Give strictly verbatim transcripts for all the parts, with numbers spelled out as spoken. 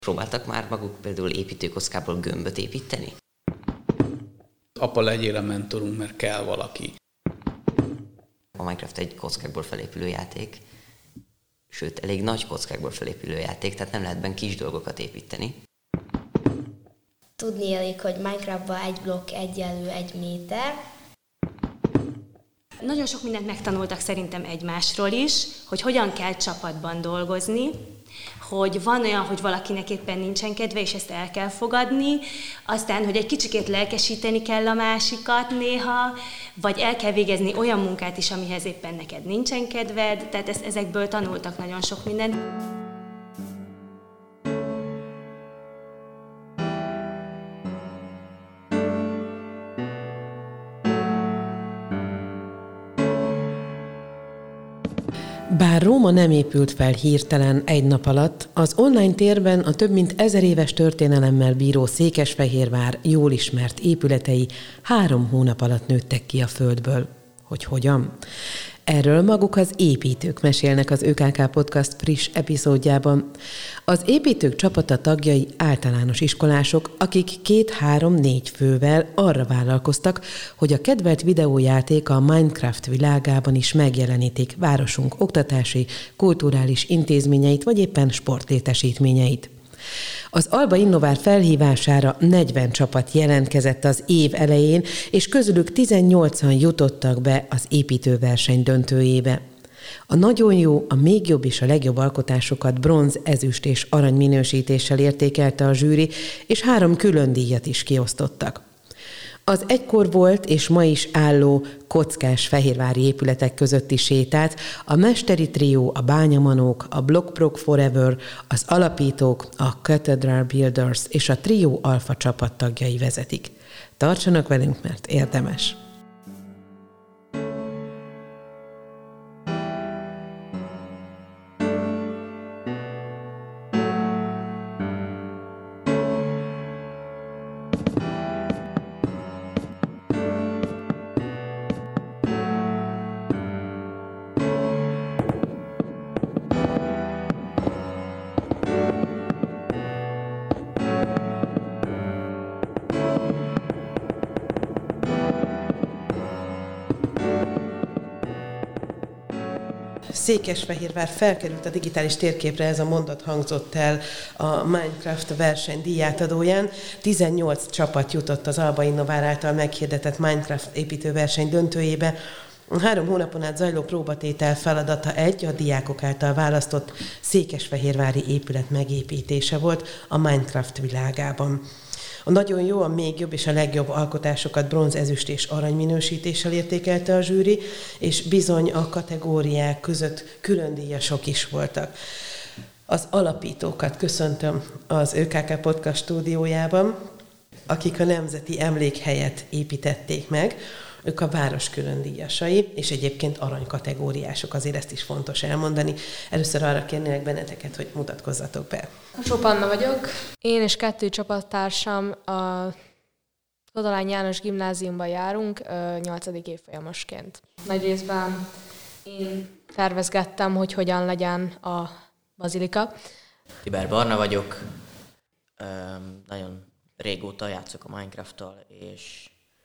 Próbáltak már maguk például építőkockából gömböt építeni? Apa, legyél a mentorunk, mert kell valaki. A Minecraft egy kockákból felépülő játék, sőt, elég nagy kockákból felépülő játék, tehát nem lehet benne kis dolgokat építeni. Tudni elég, hogy Minecraftban egy blokk egyenlő egy méter. Nagyon sok mindent megtanultak szerintem egymásról is, hogy hogyan kell csapatban dolgozni, hogy van olyan, hogy valakinek éppen nincsen kedve, és ezt el kell fogadni, aztán, hogy egy kicsikét lelkesíteni kell a másikat néha, vagy el kell végezni olyan munkát is, amihez éppen neked nincsen kedved, tehát ezt, ezekből tanultak nagyon sok mindent. Bár Róma nem épült fel hirtelen egy nap alatt, az online térben a több mint ezer éves történelemmel bíró Székesfehérvár jól ismert épületei három hónap alatt nőttek ki a földből. Hogy hogyan? Erről maguk az építők mesélnek az ÖKK Podcast friss epizódjában. Az építők csapata tagjai általános iskolások, akik két-három-négy fővel arra vállalkoztak, hogy a kedvelt videójáték a Minecraft világában is megjelenítik városunk oktatási, kulturális intézményeit vagy éppen sportlétesítményeit. Az Alba Innovár felhívására negyven csapat jelentkezett az év elején, és közülük tizennyolcan jutottak be az építőverseny döntőjébe. A nagyon jó, a még jobb és a legjobb alkotásokat bronz, ezüst és arany minősítéssel értékelte a zsűri, és három külön díjat is kiosztottak. Az egykor volt és ma is álló kockás fehérvári épületek közötti sétát a mesteri trió, a bányamanók, a Blockprog Forever, az alapítók, a Cathedral Builders és a trió alfa csapattagjai vezetik. Tartsanak velünk, mert érdemes! Székesfehérvár felkerült a digitális térképre, ez a mondat hangzott el a Minecraft verseny díjátadóján. tizennyolc csapat jutott az Alba Innovár által meghirdetett Minecraft építőverseny döntőjébe. A három hónapon át zajló próbatétel feladata egy, a diákok által választott székesfehérvári épület megépítése volt a Minecraft világában. A nagyon jó, a még jobb és a legjobb alkotásokat bronz, ezüst és arany minősítéssel értékelte a zsűri, és bizony a kategóriák között külön díjasok is voltak. Az alapítókat köszöntöm az ÖKK Podcast stúdiójában, akik a Nemzeti Emlékhelyet építették meg. Ők a város külön díjasai, és egyébként arany kategóriások, azért ezt is fontos elmondani. Először arra kérnélek benneteket, hogy mutatkozzatok be. Sop Anna vagyok. Én és kettő csapattársam a Kodalány János Gimnáziumban járunk nyolcadik évfolyamosként. Nagy részben én tervezgettem, hogy hogyan legyen a bazilika. Tiber Barna vagyok. Nagyon régóta játszok a Minecrafttal, és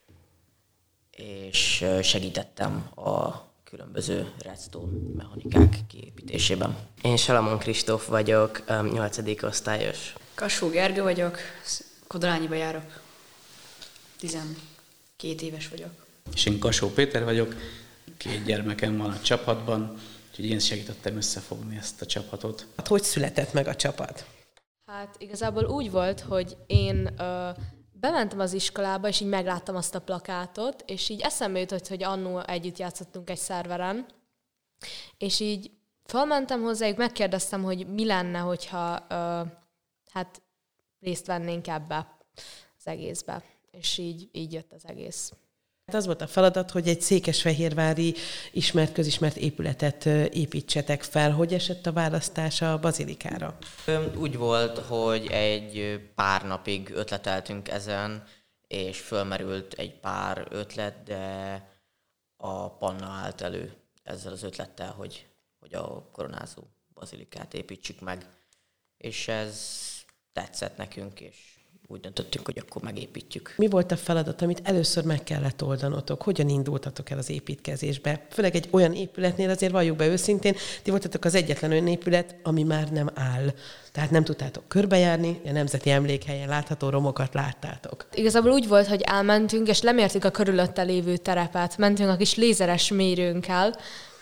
és segítettem a különböző redstone mechanikák kiépítésében. Én Salamon Kristóf vagyok, nyolcadik osztályos. Kassó Gergő vagyok, Kodolányiba járok, tizenkét éves vagyok. És én Kassó Péter vagyok, két gyermekem van a csapatban, úgyhogy én segítettem összefogni ezt a csapatot. Hát hogy született meg a csapat? Hát igazából úgy volt, hogy én... Uh, Bementem az iskolába, és így megláttam azt a plakátot, és így eszembe jutott, hogy annó együtt játszottunk egy szerveren, és így felmentem hozzájuk, megkérdeztem, hogy mi lenne, hogyha uh, hát részt vennénk ebbe az egészbe, és így, így jött az egész. Az volt a feladat, hogy egy székesfehérvári ismert, közismert épületet építsetek fel. Hogy esett a választás a bazilikára? Úgy volt, hogy egy pár napig ötleteltünk ezen, és fölmerült egy pár ötlet, de a Panna állt elő ezzel az ötlettel, hogy, hogy a koronázó bazilikát építsük meg. És ez tetszett nekünk, és úgy döntöttünk, hogy akkor megépítjük. Mi volt a feladat, amit először meg kellett oldanotok? Hogyan indultatok el az építkezésbe? Főleg egy olyan épületnél, azért valljuk be őszintén, ti voltatok az egyetlen olyan épület, ami már nem áll. Tehát nem tudtátok körbejárni, a Nemzeti Emlékhelyen látható romokat láttátok. Igazából úgy volt, hogy elmentünk, és lemértük a körülötte lévő terepet. Mentünk a kis lézeres mérőnkkel,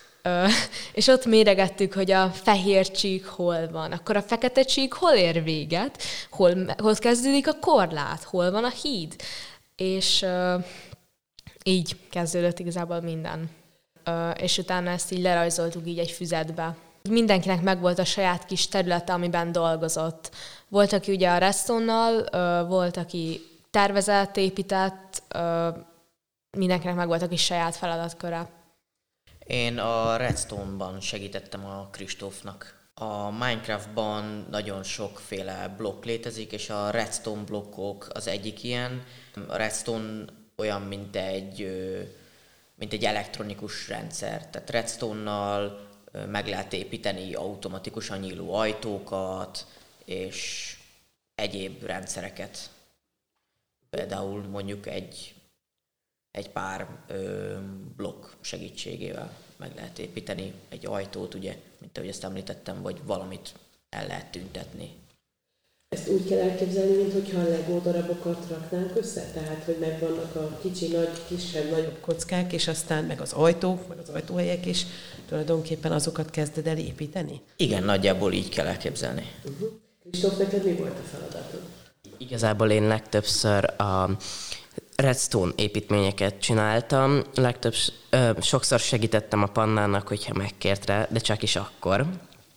és ott méregettük, hogy a fehér csík hol van, akkor a fekete csík hol ér véget, hol, hol kezdődik a korlát, hol van a híd. És uh, így kezdődött igazából minden. Uh, és utána ezt így lerajzoltuk így egy füzetbe. Mindenkinek megvolt a saját kis területe, amiben dolgozott. Volt, aki ugye a redstone-nal, uh, volt, aki tervezett, épített, uh, mindenkinek megvolt a kis saját feladatköre. Én a Redstone-ban segítettem a Kristófnak. A Minecraftban nagyon sokféle blokk létezik, és a Redstone blokkok az egyik ilyen. A Redstone olyan, mint egy, mint egy elektronikus rendszer. Tehát Redstone-nal meg lehet építeni automatikusan nyíló ajtókat, és egyéb rendszereket. Például mondjuk egy egy pár ö, blokk segítségével meg lehet építeni egy ajtót, ugye, mint ahogy ezt említettem, vagy valamit el lehet tüntetni. Ezt úgy kell elképzelni, mintha a Lego darabokat raknánk össze? Tehát, hogy megvannak a kicsi, nagy, kisebb, nagyobb kockák, és aztán meg az ajtók, meg az ajtóhelyek, és tulajdonképpen azokat kezded el építeni? Igen, nagyjából így kell elképzelni. Uh-huh. Kristóf, neked mi volt a feladatod? Igazából én legtöbbször a redstone építményeket csináltam, legtöbb, ö, sokszor segítettem a Pannának, hogyha megkért rá, de csak is akkor,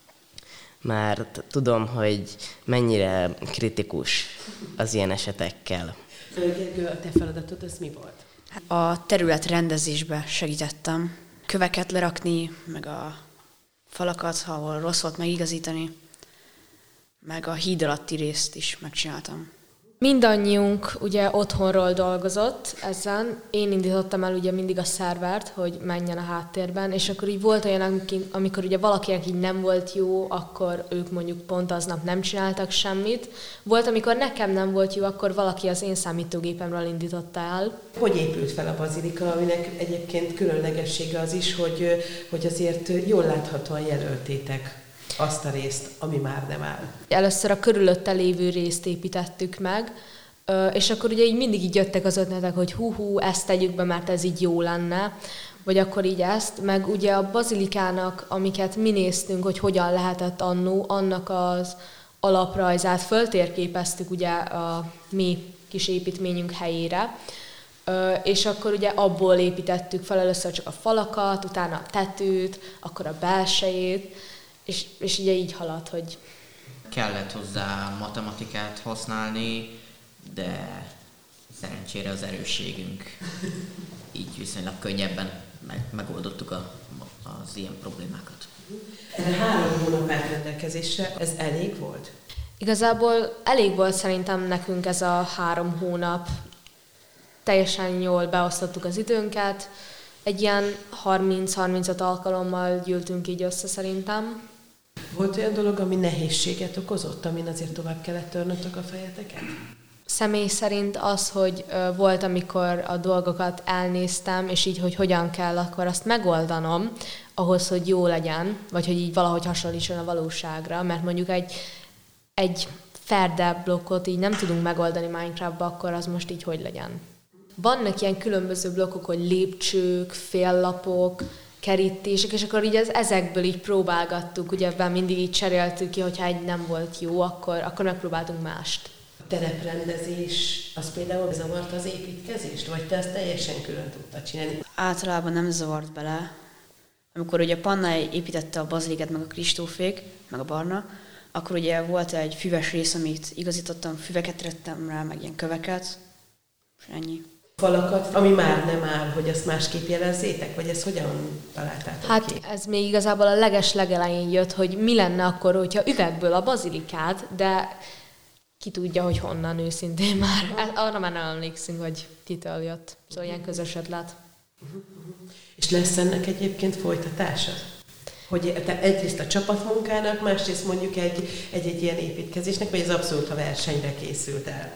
mert tudom, hogy mennyire kritikus az ilyen esetekkel. Gergő, a te feladatod az mi volt? A terület rendezésbe segítettem. Köveket lerakni, meg a falakat, ahol rossz volt megigazítani, meg a híd alatti részt is megcsináltam. Mindannyiunk ugye otthonról dolgozott ezen. Én indítottam el ugye mindig a szervert, hogy menjen a háttérben, és akkor így volt olyan, amikor ugye valakinek így nem volt jó, akkor ők mondjuk pont aznap nem csináltak semmit. Volt, amikor nekem nem volt jó, akkor valaki az én számítógépemről indította el. Hogy épült fel a bazilika, aminek egyébként különlegessége az is, hogy, hogy azért jól láthatóan jelöltétek azt a részt, ami már nem áll. Először a körülötte lévő részt építettük meg, és akkor ugye így mindig így jöttek az ötletek, hogy hú-hú, ezt tegyük be, mert ez így jó lenne, vagy akkor így ezt, meg ugye a bazilikának, amiket mi néztünk, hogy hogyan lehetett annó, annak az alaprajzát föltérképeztük ugye a mi kis építményünk helyére, és akkor ugye abból építettük fel először csak a falakat, utána a tetőt, akkor a belsejét, És, és ugye így halad, hogy... Kellett hozzá matematikát használni, de szerencsére az erősségünk így viszonylag könnyebben meg, megoldottuk a, az ilyen problémákat. Erre három hónap rendelkezésre, ez elég volt? Igazából elég volt szerintem nekünk ez a három hónap. Teljesen jól beosztottuk az időnket. Egy ilyen harminc-harmincöt alkalommal gyűltünk így össze szerintem. Volt olyan dolog, ami nehézséget okozott, amin azért tovább kellett törnötök a fejeteket? Személy szerint az, hogy volt, amikor a dolgokat elnéztem, és így, hogy hogyan kell akkor azt megoldanom, ahhoz, hogy jó legyen, vagy hogy így valahogy hasonlítson a valóságra, mert mondjuk egy, egy ferde blokkot így nem tudunk megoldani Minecraftba, akkor az most így hogy legyen. Vannak ilyen különböző blokkok, hogy lépcsők, féllapok, kerítések, és akkor így az, ezekből így próbálgattuk, ugye ebben mindig így cseréltük ki, hogyha egy nem volt jó, akkor, akkor megpróbáltunk mást. A tereprendezés, az például zavarta az építkezést, vagy te ezt teljesen külön tudtad csinálni? Általában nem zavart bele. Amikor ugye a Panna építette a bazilikát, meg a Kristófék, meg a Barna, akkor ugye volt egy füves rész, amit igazítottam, füveket tettem rá, meg ilyen köveket, és ennyi. Falakat, ami már nem áll, hogy ezt másképp jelezzétek, vagy ezt hogyan találtátok hát ki? Hát ez még igazából a leges legelején jött, hogy mi lenne akkor, hogyha üvegből a bazilikád, de ki tudja, hogy honnan őszintén már. Arra már nem emlékszünk, hogy kitől jött. Szóval ilyen közös ötlet. És lesz ennek egyébként folytatása? Hogy te egyrészt a csapatmunkának, másrészt mondjuk egy, egy, egy ilyen építkezésnek, vagy ez abszolút a versenyre készült el?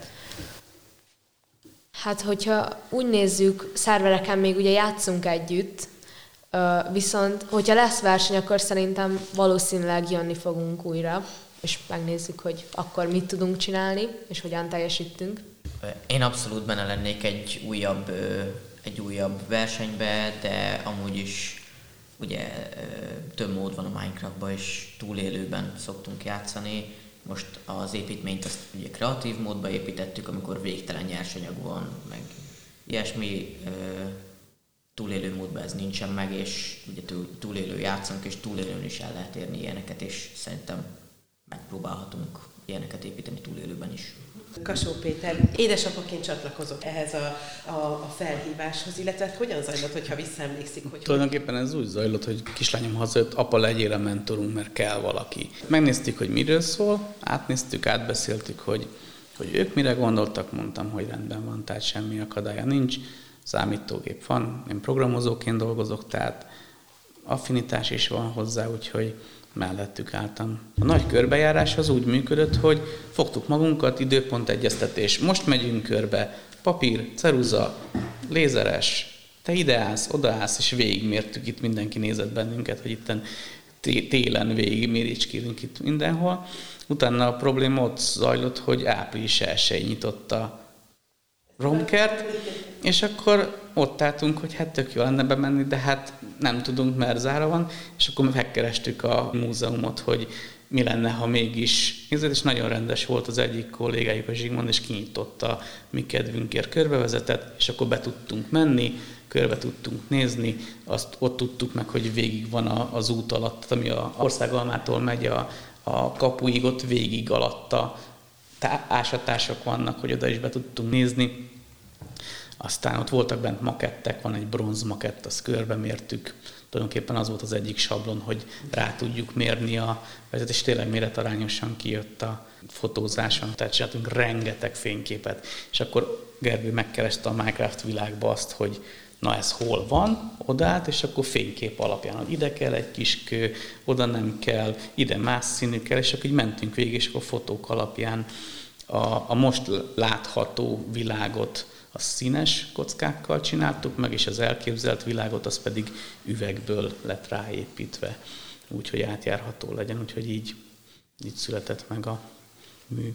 Hát, hogyha úgy nézzük, szervereken még ugye játszunk együtt, viszont hogyha lesz verseny, akkor szerintem valószínűleg jönni fogunk újra, és megnézzük, hogy akkor mit tudunk csinálni, és hogyan teljesítünk. Én abszolút benne lennék egy újabb, egy újabb versenybe, de amúgy is ugye több mód van a Minecraftban, és túlélőben szoktunk játszani. Most az építményt azt ugye kreatív módba építettük, amikor végtelen nyersanyag van, meg ilyesmi. Túlélő módban ez nincsen meg, és ugye túlélő játszunk, és túlélőn is el lehet érni ilyeneket, és szerintem megpróbálhatunk ilyeneket építeni túlélőben is. Kassó Péter, édesapaként csatlakozott ehhez a, a, a felhíváshoz, illetve hogyan zajlott, hogyha visszaemlékszik? Hogy Tulajdonképpen ez úgy zajlott, hogy kislányom hazajött, apa legyél a mentorunk, mert kell valaki. Megnéztük, hogy miről szól, átnéztük, átbeszéltük, hogy, hogy ők mire gondoltak, mondtam, hogy rendben van, tehát semmi akadálya nincs, számítógép van, én programozóként dolgozok, tehát affinitás is van hozzá, úgyhogy mellettük álltam. A nagy körbejárás az úgy működött, hogy fogtuk magunkat, időpontegyeztetés, most megyünk körbe, papír, ceruza, lézeres, te ide állsz, oda állsz, és végigmértük, itt mindenki nézett bennünket, hogy itten télen végigméricskélünk itt mindenhol. Utána a probléma ott zajlott, hogy április elsején nyitott a romkert, és akkor ott álltunk, hogy hát tök jó lenne bemenni, de hát nem tudunk, mert zárva van, és akkor megkerestük a múzeumot, hogy mi lenne, ha mégis. És nagyon rendes volt az egyik kollégájuk, a Zsigmond, és kinyitotta mi kedvünkért körbevezetett, és akkor be tudtunk menni, körbe tudtunk nézni, azt ott tudtuk meg, hogy végig van az út alatt, ami a Országalmától megy a, a kapuig, ott végig alatta tá- ásatások vannak, hogy oda is be tudtunk nézni. Aztán ott voltak bent makettek, van egy bronz makett, azt körbe mértük. Tulajdonképpen az volt az egyik sablon, hogy rá tudjuk mérni a vezetés, és tényleg méretarányosan kijött a fotózáson. Tehát csináltunk rengeteg fényképet. És akkor Gergő megkereste a Minecraft világba azt, hogy na ez hol van, odaállt, és akkor fénykép alapján, hogy ide kell egy kis kő, oda nem kell, ide más színű kell, és akkor így mentünk végig, és akkor fotók alapján a, a most látható világot a színes kockákkal csináltuk meg, és az elképzelt világot az pedig üvegből lett ráépítve, úgyhogy átjárható legyen, úgyhogy így, így született meg a mű.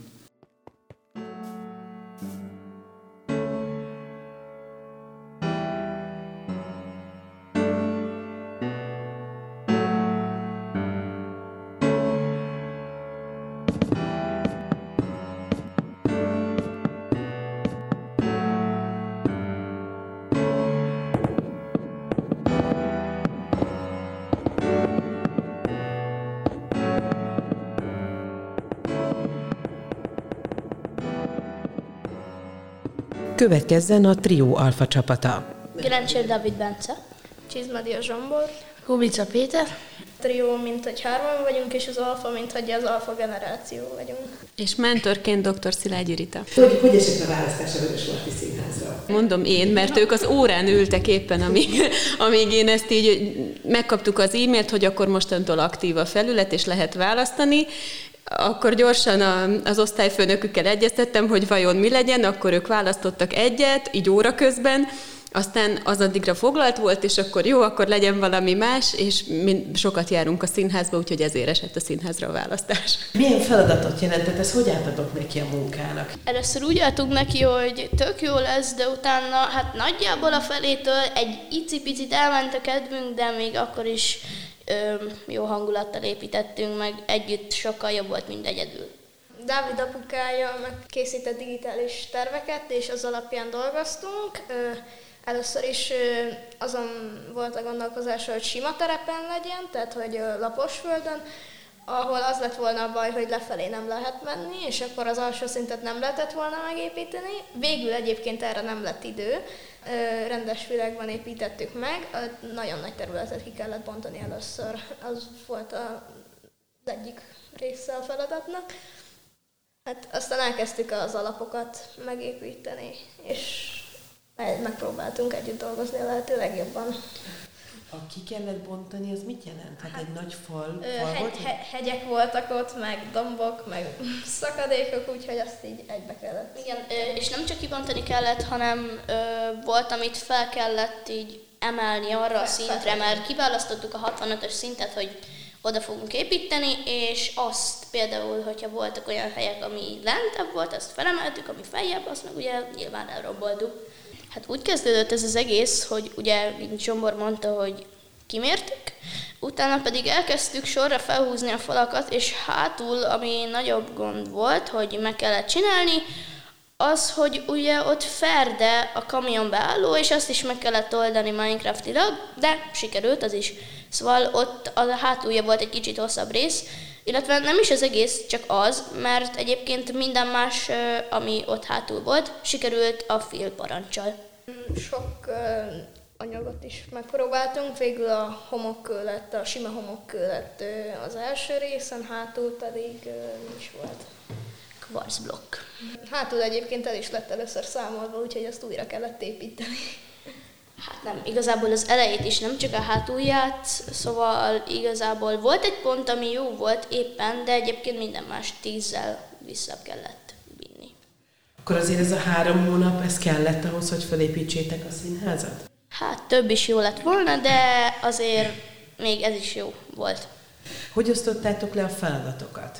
Következzen a trió alfa csapata. Gerencsér Dávid Bence, Csizmadia Zsombor, Kubica Péter, trió, mint hogy hárman vagyunk, és az alfa, mint hogy az alfa generáció vagyunk. És mentorként dr. Szilágyi Rita. Hogy, hogy esett a választás a Vörösmarty Színházra? Mondom én, mert ők az órán ültek éppen, amíg, amíg én ezt így megkaptuk az e-mailt, hogy akkor mostantól aktív a felület, és lehet választani. Akkor gyorsan az osztályfőnökükkel egyeztettem, hogy vajon mi legyen, akkor ők választottak egyet, így óra közben, aztán az addigra foglalt volt, és akkor jó, akkor legyen valami más, és mi sokat járunk a színházba, úgyhogy ezért esett a színházra a választás. Milyen feladatot jelentett ez? Hogy álltatok neki a munkának? Először úgy álltunk neki, hogy tök jó lesz, de utána hát nagyjából a felétől egy icipicit elment a kedvünk, de még akkor is ö, jó hangulattal építettünk, meg együtt sokkal jobb volt, mint egyedül. Dávid apukája megkészített digitális terveket, és az alapján dolgoztunk. Először is azon volt a gondolkozása, hogy sima terepen legyen, tehát hogy lapos földön, ahol az lett volna a baj, hogy lefelé nem lehet menni, és akkor az alsó szintet nem lehetett volna megépíteni. Végül egyébként erre nem lett idő, rendes világban építettük meg, nagyon nagy területet ki kellett bontani először, az volt az egyik része a feladatnak. Hát aztán elkezdtük az alapokat megépíteni, és megpróbáltunk együtt dolgozni a lehető legjobban. A ki kellett bontani, az mit jelent? Hát, hát egy nagy fal, ö, fal hegy, volt? he, hegyek voltak ott, meg dombok, meg szakadékok, úgyhogy azt így egybe kellett. Igen, és nem csak kibontani kellett, hanem ö, volt, amit fel kellett így emelni arra a szintre, mert kiválasztottuk a hatvanötös szintet, hogy oda fogunk építeni, és azt például, hogyha voltak olyan helyek, ami lentebb volt, azt felemeltük, ami feljebb, azt meg ugye nyilván elromboltuk. Hát úgy kezdődött ez az egész, hogy ugye, mint Zsombor mondta, hogy kimértük, utána pedig elkezdtük sorra felhúzni a falakat, és hátul, ami nagyobb gond volt, hogy meg kellett csinálni, az, hogy ugye ott ferde a kamion beálló, és azt is meg kellett oldani Minecraftilag, de sikerült az is. Szóval ott a hátulja volt egy kicsit hosszabb rész, illetve nem is az egész, csak az, mert egyébként minden más, ami ott hátul volt, sikerült a félparancsal. Sok uh, anyagot is megpróbáltunk, végül a homokkő lett, a sima homokkő lett uh, az első részen, hátul pedig uh, is volt. Kvarcblokk. Hátul egyébként el is lett először számolva, úgyhogy azt újra kellett építeni. Hát nem, igazából az elejét is, nem csak a hátulját, szóval igazából volt egy pont, ami jó volt éppen, de egyébként minden más tízzel vissza kellett vinni. Akkor azért ez a három hónap, ez kellett ahhoz, hogy felépítsétek a színházat? Hát több is jó lett volna, de azért még ez is jó volt. Hogy osztottátok le a feladatokat?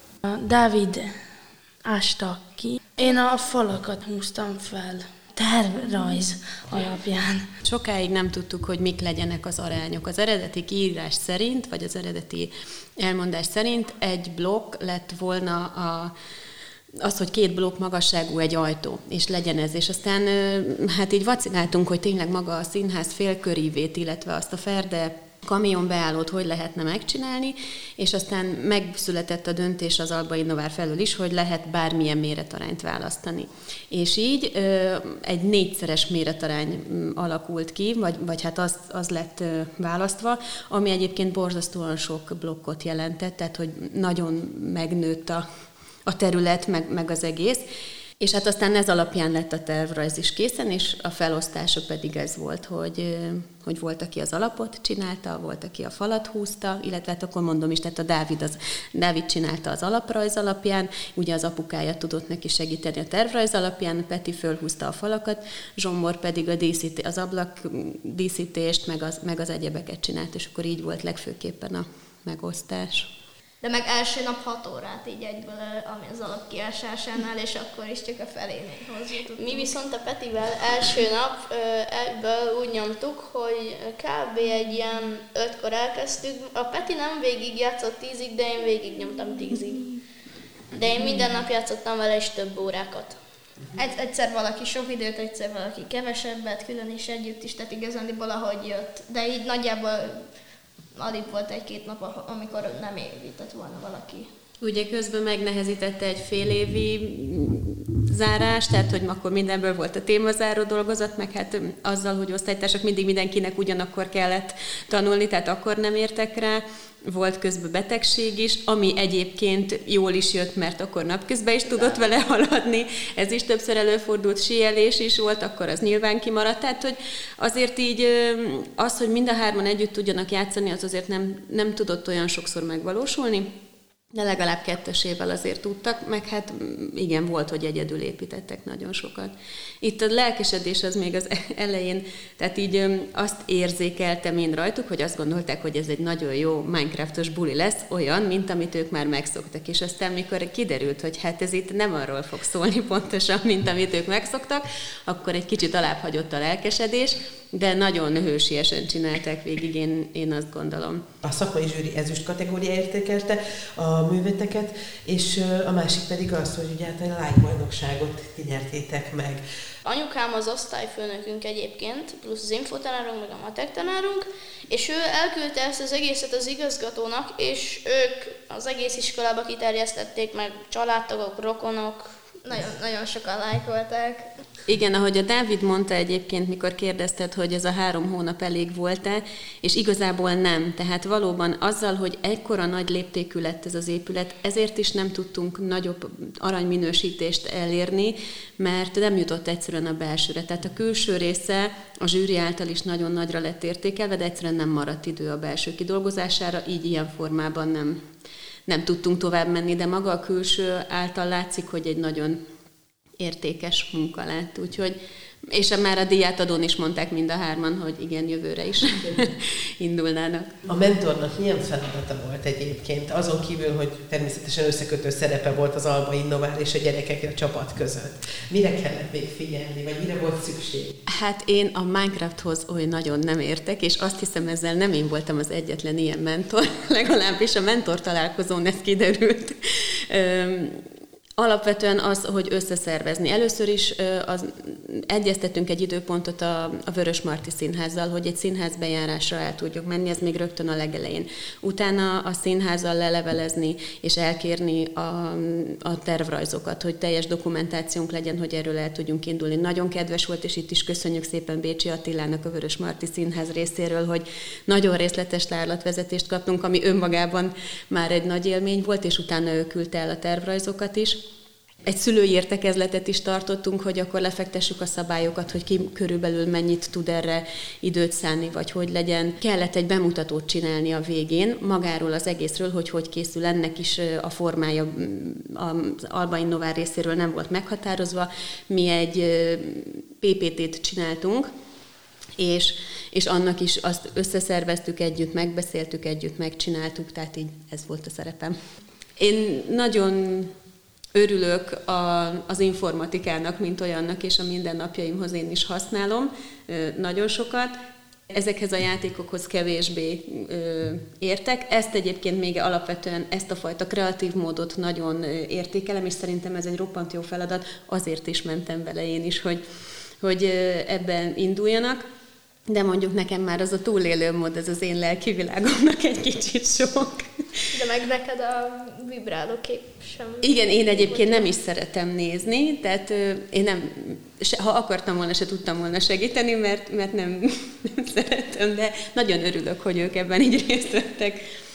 Dávid ásta ki. Én a falakat húztam fel. Tervrajz alapján. Sokáig nem tudtuk, hogy mik legyenek az arányok. Az eredeti kiírás szerint, vagy az eredeti elmondás szerint egy blokk lett volna a, az, hogy két blokk magasságú egy ajtó, és legyen ez. És aztán hát így vaciláltunk, hogy tényleg maga a színház félkörívét, illetve azt a ferde kamionbeállót hogy lehetne megcsinálni, és aztán megszületett a döntés az Alba Innovár felől is, hogy lehet bármilyen méretarányt választani. És így ö, egy négyszeres méretarány alakult ki, vagy, vagy hát az, az lett ö, választva, ami egyébként borzasztóan sok blokkot jelentett, tehát hogy nagyon megnőtt a, a terület, meg, meg az egész. És hát aztán ez alapján lett a tervrajz is készen, és a felosztása pedig ez volt, hogy, hogy volt, aki az alapot csinálta, volt, aki a falat húzta, illetve hát akkor mondom is, tehát a Dávid, az, Dávid csinálta az alaprajz alapján, ugye az apukája tudott neki segíteni a tervrajz alapján, Peti fölhúzta a falakat, Zsombor pedig a díszíté, az ablak díszítést, meg az, meg az egyebeket csinált, és akkor így volt legfőképpen a megosztás. De meg első nap hat órát így egyből, ami az alapkiásásánál, és akkor is csak a felénél hozzá. Mi viszont a Petivel első nap ebből úgy nyomtuk, hogy kb. Egy ilyen ötkor elkezdtük. A Peti nem végig játszott tízig, de én végig nyomtam tízig. De én minden nap játszottam vele is több órákat. Egy, egyszer valaki sok időt, egyszer valaki kevesebbet, külön is együtt is, tehát igazándiból ahogy jött. De így nagyjából alig volt egy-két nap, amikor nem épített volna valaki. Ugye közben megnehezítette egy fél évi zárás, tehát hogy akkor mindenből volt a témazáró dolgozat, meg hát azzal, hogy osztálytársak mindig mindenkinek ugyanakkor kellett tanulni, tehát akkor nem értek rá. Volt közben betegség is, ami egyébként jól is jött, mert akkor napközben is tudott vele haladni. Ez is többször előfordult, síelés is volt, akkor az nyilván kimaradt. Tehát, hogy azért így az, hogy mind a hárman együtt tudjanak játszani, az azért nem, nem tudott olyan sokszor megvalósulni, de legalább kettesével azért tudtak, meg hát igen, volt, hogy egyedül építettek nagyon sokat. Itt a lelkesedés az még az elején, tehát így azt érzékeltem én rajtuk, hogy azt gondolták, hogy ez egy nagyon jó Minecraftos buli lesz, olyan, mint amit ők már megszoktak. És aztán, mikor kiderült, hogy hát ez itt nem arról fog szólni pontosan, mint amit ők megszoktak, akkor egy kicsit alábbhagyott a lelkesedés, de nagyon hősiesen csinálták végig, én, én azt gondolom. A szakmai zsűri ezüst kategória értékelte a műveteket, és a másik pedig az, hogy ugye hát a lájbajnokságot ti nyertétek meg. Anyukám az osztályfőnökünk egyébként, plusz az infotanárunk, meg a matek tanárunk, és ő elküldte ezt az egészet az igazgatónak, és ők az egész iskolába kiterjesztették, meg családtagok, rokonok, Nagyon, nagyon sokan lájkolták. Igen, ahogy a Dávid mondta egyébként, mikor kérdezted, hogy ez a három hónap elég volt-e, és igazából nem. Tehát valóban azzal, hogy ekkora nagy léptékű lett ez az épület, ezért is nem tudtunk nagyobb aranyminősítést elérni, mert nem jutott egyszerűen a belsőre. Tehát a külső része a zsűri által is nagyon nagyra lett értékelve, de egyszerűen nem maradt idő a belső kidolgozására, így ilyen formában nem, nem tudtunk tovább menni, de maga a külső által látszik, hogy egy nagyon értékes munka lett, úgyhogy, és már a díjátadón is mondták mind a hárman, hogy igen, jövőre is indulnának. A mentornak milyen feladata volt egyébként, azon kívül, hogy természetesen összekötő szerepe volt az Alba Innovál és a gyerekek a csapat között? Mire kellett még figyelni, vagy mire volt szükség? Hát én a Minecrafthoz olyan nagyon nem értek, és azt hiszem ezzel nem én voltam az egyetlen ilyen mentor, legalábbis a mentor találkozón ez kiderült. Alapvetően az, hogy összeszervezni. Először is az, egyeztettünk egy időpontot a, a Vörösmarty Színházzal, hogy egy színházbejárásra el tudjuk menni, ez még rögtön a legelején. Utána a színházzal lelevelezni és elkérni a, a tervrajzokat, hogy teljes dokumentációnk legyen, hogy erről el tudjunk indulni. Nagyon kedves volt, és itt is köszönjük szépen Bécsi Attilának a Vörösmarty Színház részéről, hogy nagyon részletes tárlatvezetést kaptunk, ami önmagában már egy nagy élmény volt, és utána ő küldte el a tervrajzokat is. Egy szülői értekezletet is tartottunk, hogy akkor lefektessük a szabályokat, hogy ki körülbelül mennyit tud erre időt szánni, vagy hogy legyen. Kellett egy bemutatót csinálni a végén, magáról az egészről, hogy hogy készül, ennek is a formája az Alba Innovál részéről nem volt meghatározva. Mi egy pé pé té-t csináltunk, és, és annak is azt összeszerveztük együtt, megbeszéltük együtt, megcsináltuk, tehát így ez volt a szerepem. Én nagyon örülök a, az informatikának, mint olyannak, és a mindennapjaimhoz én is használom nagyon sokat. Ezekhez a játékokhoz kevésbé ö, értek. Ezt egyébként még alapvetően, ezt a fajta kreatív módot nagyon értékelem, és szerintem ez egy roppant jó feladat, azért is mentem vele én is, hogy, hogy ebben induljanak. De mondjuk nekem már az a túlélő mód, ez az én lelki világomnak egy kicsit sok. De meg neked a vibráló kép sem. Igen, én egyébként nem is szeretem nézni, tehát én nem, ha akartam volna, se tudtam volna segíteni, mert, mert nem, nem szeretem, de nagyon örülök, hogy ők ebben így részt vettek.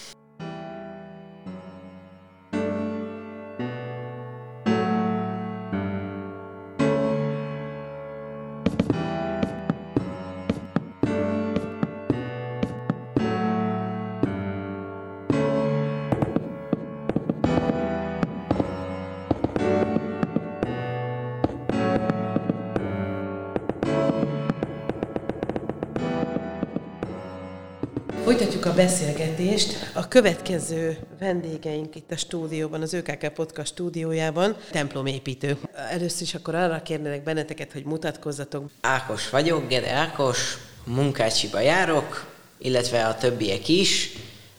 Folytatjuk a beszélgetést. A következő vendégeink itt a stúdióban, az ÖKK Podcast stúdiójában, templomépítő. Először is akkor arra kérnélek benneteket, hogy mutatkozzatok. Ákos vagyok, Gede Ákos, Munkácsiba járok, illetve a többiek is.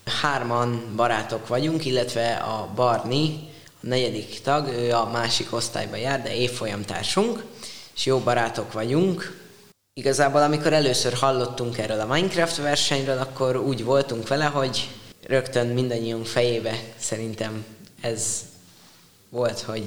Hárman barátok vagyunk, illetve a Barni, a negyedik tag, ő a másik osztályba jár, de évfolyamtársunk, és jó barátok vagyunk. Igazából, amikor először hallottunk erről a Minecraft versenyről, akkor úgy voltunk vele, hogy rögtön mindannyiunk fejébe szerintem ez volt, hogy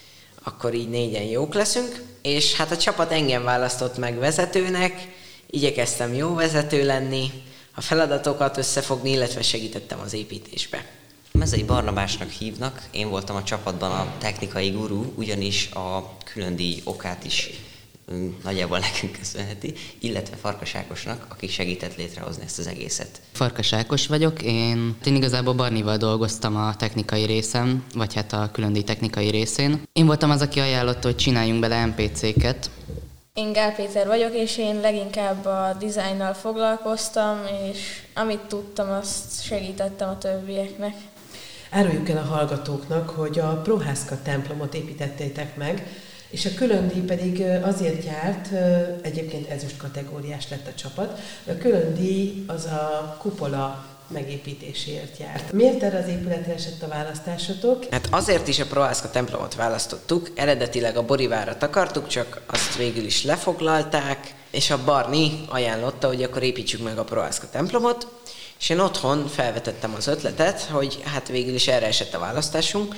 akkor így négyen jók leszünk. És hát a csapat engem választott meg vezetőnek, igyekeztem jó vezető lenni, a feladatokat összefogni, illetve segítettem az építésbe. Mezei Barnabásnak hívnak, én voltam a csapatban a technikai guru, ugyanis a különdíj okát is nagyjából nekünk köszönheti, illetve Farkas Ákosnak, aki segített létrehozni ezt az egészet. Farkas Ákos vagyok, én, én igazából Barnival dolgoztam a technikai részen, vagy hát a különdíj technikai részén. Én voltam az, aki ajánlotta, hogy csináljunk bele em pé cé-ket. Én Gál Péter vagyok, és én leginkább a dizájnnal foglalkoztam, és amit tudtam, azt segítettem a többieknek. Áruljuk el a hallgatóknak, hogy a Prohászka templomot építettétek meg, és a különdíj pedig azért járt, egyébként ezüst kategóriás lett a csapat, a különdíj az a kupola megépítéséért járt. Miért erre az épületre esett a választásotok? Hát azért is a Prohászka templomot választottuk, eredetileg a Borivárat akartuk, csak azt végül is lefoglalták, és a Barni ajánlotta, hogy akkor építsük meg a Prohászka templomot, és én otthon felvetettem az ötletet, hogy hát végül is erre esett a választásunk.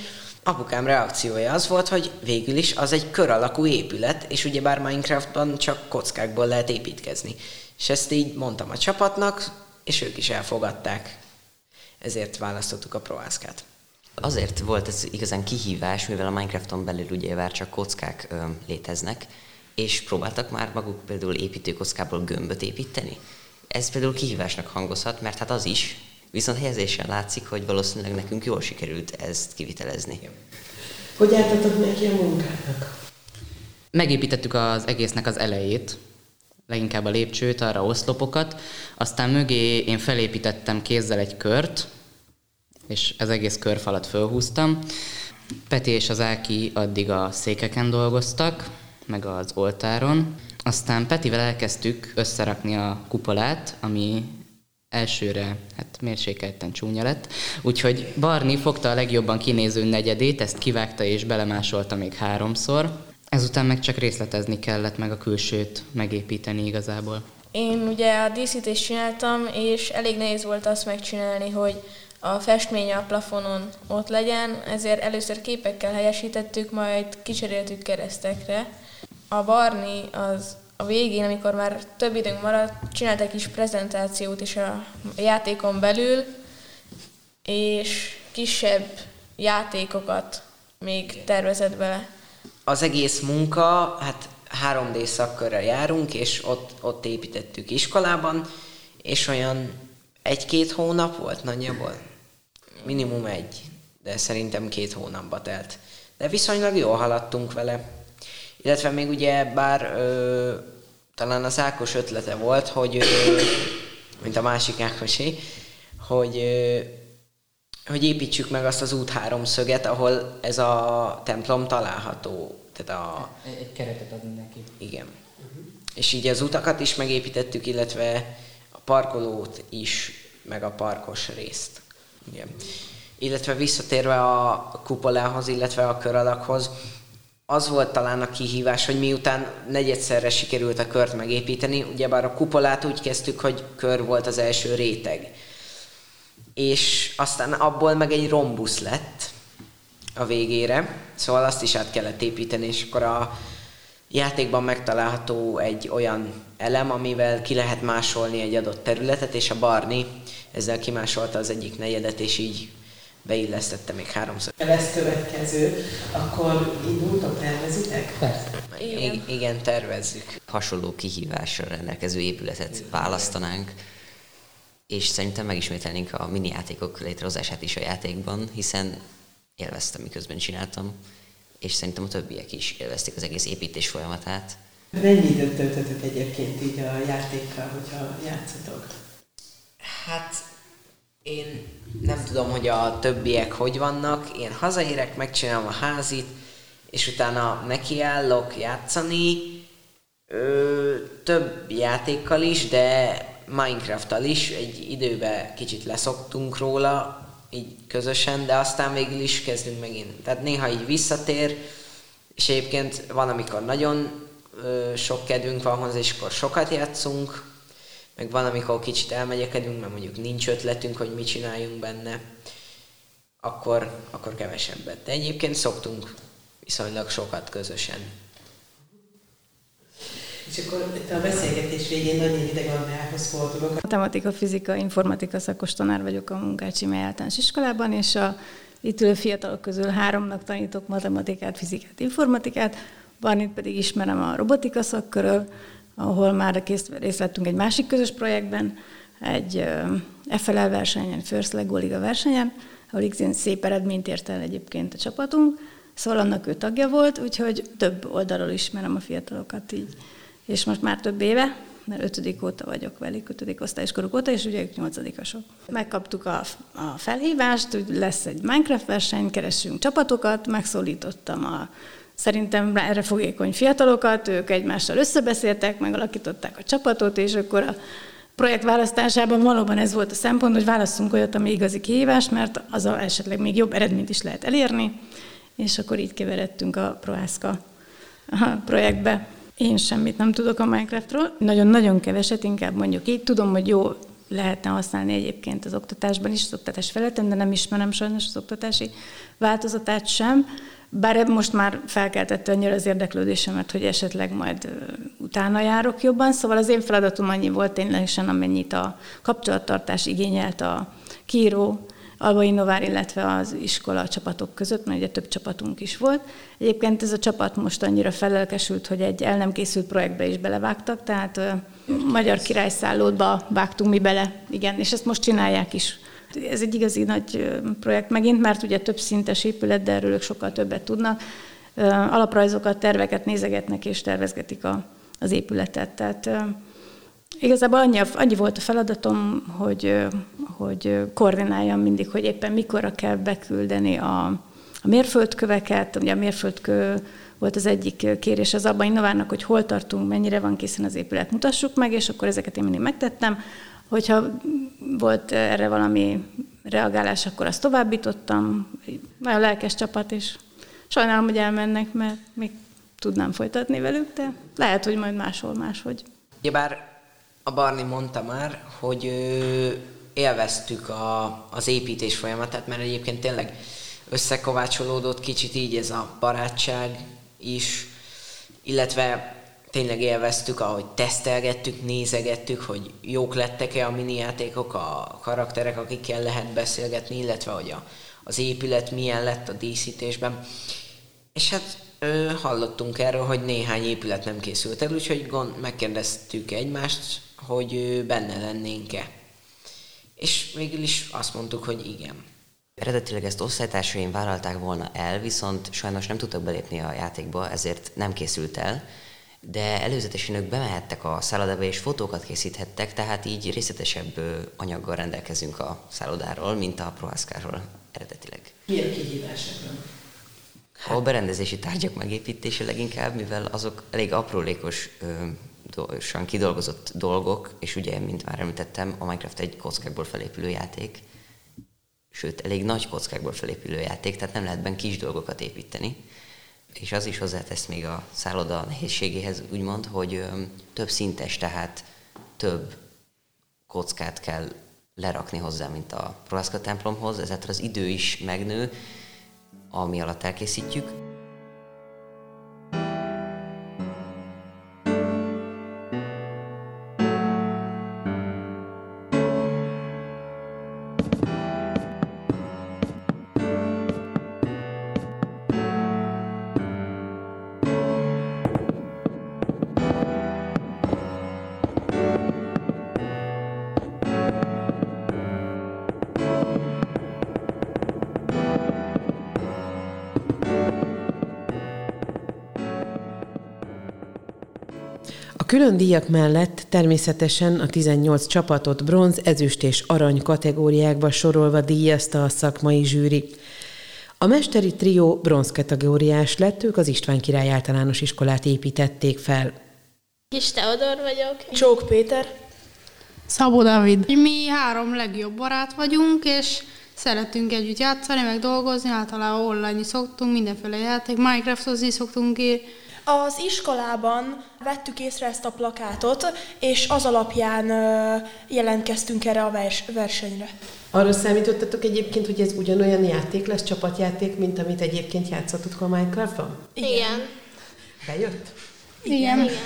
apukám reakciója az volt, hogy végül is az egy kör alakú épület, és ugyebár Minecraftban csak kockákból lehet építkezni. És ezt így mondtam a csapatnak, és ők is elfogadták. Ezért választottuk a Prohászkát. Azért volt ez igazán kihívás, mivel a Minecrafton belül ugye már csak kockák ö, léteznek, és próbáltak már maguk például építőkockából gömböt építeni. Ez például kihívásnak hangozhat, mert hát az is, viszont helyezésen látszik, hogy valószínűleg nekünk jól sikerült ezt kivitelezni. Hogy álltatok neki a munkának? Megépítettük az egésznek az elejét, leginkább a lépcsőt, arra oszlopokat, aztán mögé én felépítettem kézzel egy kört, és az egész körfalat fölhúztam. Peti és az Áki addig a székeken dolgoztak, meg az oltáron. Aztán Petivel elkezdtük összerakni a kupolát, ami elsőre hát mérsékelten csúnya lett. Úgyhogy Barni fogta a legjobban kinéző negyedét, ezt kivágta és belemásolta még háromszor. Ezután meg csak részletezni kellett, meg a külsőt megépíteni igazából. Én ugye a díszítést csináltam, és elég nehéz volt azt megcsinálni, hogy a festmény a plafonon ott legyen, ezért először képekkel helyesítettük, majd kicseréltük keresztekre. A Barni az a végén, amikor már több időnk maradt, csinált egy kis prezentációt is a játékon belül, és kisebb játékokat még tervezett bele. Az egész munka, hát három dé szakkörrel járunk, és ott, ott építettük iskolában, és olyan egy-két hónap volt nagyjából. Minimum egy, de szerintem két hónapba telt. De viszonylag jól haladtunk vele. Illetve még ugye, bár ö, talán az Ákos ötlete volt, hogy, ö, mint a másik Ákosé, hogy, ö, hogy építsük meg azt az út háromszöget, ahol ez a templom található. Tehát a... Egy, egy keretet adni neki. Igen. Uh-huh. És így az utakat is megépítettük, illetve a parkolót is, meg a parkos részt. Igen. Illetve visszatérve a kupolához, illetve a kör alakhoz, az volt talán a kihívás, hogy miután negyedszerre sikerült a kört megépíteni, ugyebár a kupolát úgy kezdtük, hogy kör volt az első réteg. És aztán abból meg egy rombusz lett a végére, szóval azt is át kellett építeni, és akkor a játékban megtalálható egy olyan elem, amivel ki lehet másolni egy adott területet, és a Barni ezzel kimásolta az egyik negyedet, és így beillesztette még háromszor. Lesz következő, akkor indultok, tervezitek? Persze. Igen. Igen, tervezzük. Hasonló kihívással rendelkező épületet választanánk, és szerintem megismételnénk a mini játékok létrehozását is a játékban, hiszen élveztem, miközben csináltam, és szerintem a többiek is élvezték az egész építés folyamatát. Mennyi időt töltötök egyébként így a játékkal, hogyha játszatok? Hát én nem tudom, hogy a többiek hogy vannak. Én hazaérek, megcsinálom a házit, és utána nekiállok játszani. Ö, több játékkal is, de Minecraft-tal is. Egy időben kicsit leszoktunk róla, így közösen, de aztán végül is kezdünk megint. Tehát néha így visszatér, és egyébként van, amikor nagyon ö, sok kedvünk van hozzá, és akkor sokat játszunk, meg van, amikor kicsit elmegyekedünk, mert mondjuk nincs ötletünk, hogy mit csináljunk benne, akkor, akkor kevesebbet. De egyébként szoktunk viszonylag sokat közösen. És akkor itt a beszélgetés végén Nagy Hideg Andrához fordulok. Matematika, fizika, informatika szakos tanár vagyok a Munkácsi Mely Általános Iskolában, és a itt ülő fiatalok közül háromnak tanítok matematikát, fizikát, informatikát, Barnit pedig ismerem a robotika szakkörről, ahol már részt vettünk egy másik közös projektben, egy ef el el versenyen, First Lego Liga versenyen, ahol igazán szép eredményt ért el egyébként a csapatunk, szóval annak ő tagja volt, úgyhogy több oldalról ismerem a fiatalokat így. És most már több éve, mert ötödik óta vagyok velük, ötödik osztályoskoruk óta, és ugye ők nyolcadikasok. Megkaptuk a, a felhívást, hogy lesz egy Minecraft verseny, keressünk csapatokat, megszólítottam a szerintem erre fogékony fiatalokat, ők egymással összebeszéltek, megalakították a csapatot, és akkor a projekt választásában valóban ez volt a szempont, hogy válasszunk olyat, ami igazi kihívás, mert az a esetleg még jobb eredményt is lehet elérni, és akkor így keveredtünk a Prohászka projektbe. Én semmit nem tudok a Minecraftról, nagyon-nagyon keveset, inkább mondjuk így. Tudom, hogy jó lehetne használni egyébként az oktatásban is, az oktatás felületén, de nem ismerem sajnos az oktatási változatát sem. Bár most már felkeltette annyira az érdeklődésemet, hogy esetleg majd utána járok jobban. Szóval az én feladatom annyi volt ténylegesen, amennyit a kapcsolattartás igényelt a kiíró, Albai Novár, illetve az iskola csapatok között, mert ugye több csapatunk is volt. Egyébként ez a csapat most annyira felelkesült, hogy egy el nem készült projektbe is belevágtak, tehát uh, Magyar Királyszállótba vágtunk mi bele, igen, és ezt most csinálják is. Ez egy igazi nagy projekt megint, mert ugye több szintes épület, de erről ők sokkal többet tudnak. Uh, alaprajzokat, terveket nézegetnek és tervezgetik a, az épületet. Tehát uh, igazából annyi, annyi volt a feladatom, hogy, hogy koordináljam mindig, hogy éppen mikorra kell beküldeni a, a mérföldköveket. Ugye a mérföldkő volt az egyik kérés az Albai Novárnak, hogy hol tartunk, mennyire van készen az épület, mutassuk meg, és akkor ezeket én mindig megtettem. Hogyha volt erre valami reagálás, akkor azt továbbítottam. Nagyon lelkes csapat, és sajnálom, hogy elmennek, mert még tudnám folytatni velük, de lehet, hogy majd máshol máshogy. Ugyebár a Barni mondta már, hogy ö, élveztük a, az építés folyamatát, mert egyébként tényleg összekovácsolódott kicsit így ez a barátság is, illetve tényleg élveztük, ahogy tesztelgettük, nézegettük, hogy jók lettek-e a minijátékok, a karakterek, akikkel lehet beszélgetni, illetve hogy a, az épület milyen lett a díszítésben. És hát ö, hallottunk erről, hogy néhány épület nem készült el, úgyhogy gond, megkérdeztük egymást, hogy benne lennénk-e. És végül is azt mondtuk, hogy igen. Eredetileg ezt osztálytársaim vállalták volna el, viszont sajnos nem tudtak belépni a játékba, ezért nem készült el, de előzetesen ők bemehettek a szállodába és fotókat készíthettek, tehát így részletesebb anyaggal rendelkezünk a szállodáról, mint a Prohászkáról eredetileg. Milyen kihívás ebben? A berendezési tárgyak megépítése leginkább, mivel azok elég aprólékos, ö, kidolgozott dolgok, és ugye, mint már említettem, a Minecraft egy kockákból felépülő játék, sőt, elég nagy kockákból felépülő játék, tehát nem lehet benne kis dolgokat építeni. És az is hozzátesz még a szálloda nehézségéhez, úgymond, hogy ö, több szintes, tehát több kockát kell lerakni hozzá, mint a Prohászka templomhoz, ezáltal az idő is megnő, ami alatt elkészítjük. A külön díjak mellett természetesen a tizennyolc csapatot bronz, ezüst és arany kategóriákba sorolva díjazta a szakmai zsűri. A mesteri trió bronz kategóriás lett, ők az István Király Általános Iskolát építették fel. Kis Teodor vagyok. Csók Péter. Szabó Dávid. Mi három legjobb barát vagyunk, és szeretünk együtt játszani, meg dolgozni, általában online szoktunk, mindenféle játék, Minecraftozni szoktunk írni. Az iskolában vettük észre ezt a plakátot, és az alapján jelentkeztünk erre a vers- versenyre. Arra számítottatok egyébként, hogy ez ugyanolyan játék lesz, csapatjáték, mint amit egyébként játszottatok a Minecraftban? Igen. Bejött? Igen. Igen.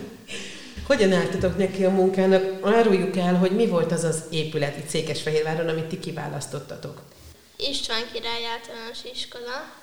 Hogyan álltatok neki a munkának? Áruljuk el, hogy mi volt az az épület itt Székesfehérváron, amit ti kiválasztottatok. István Király Általános Iskola,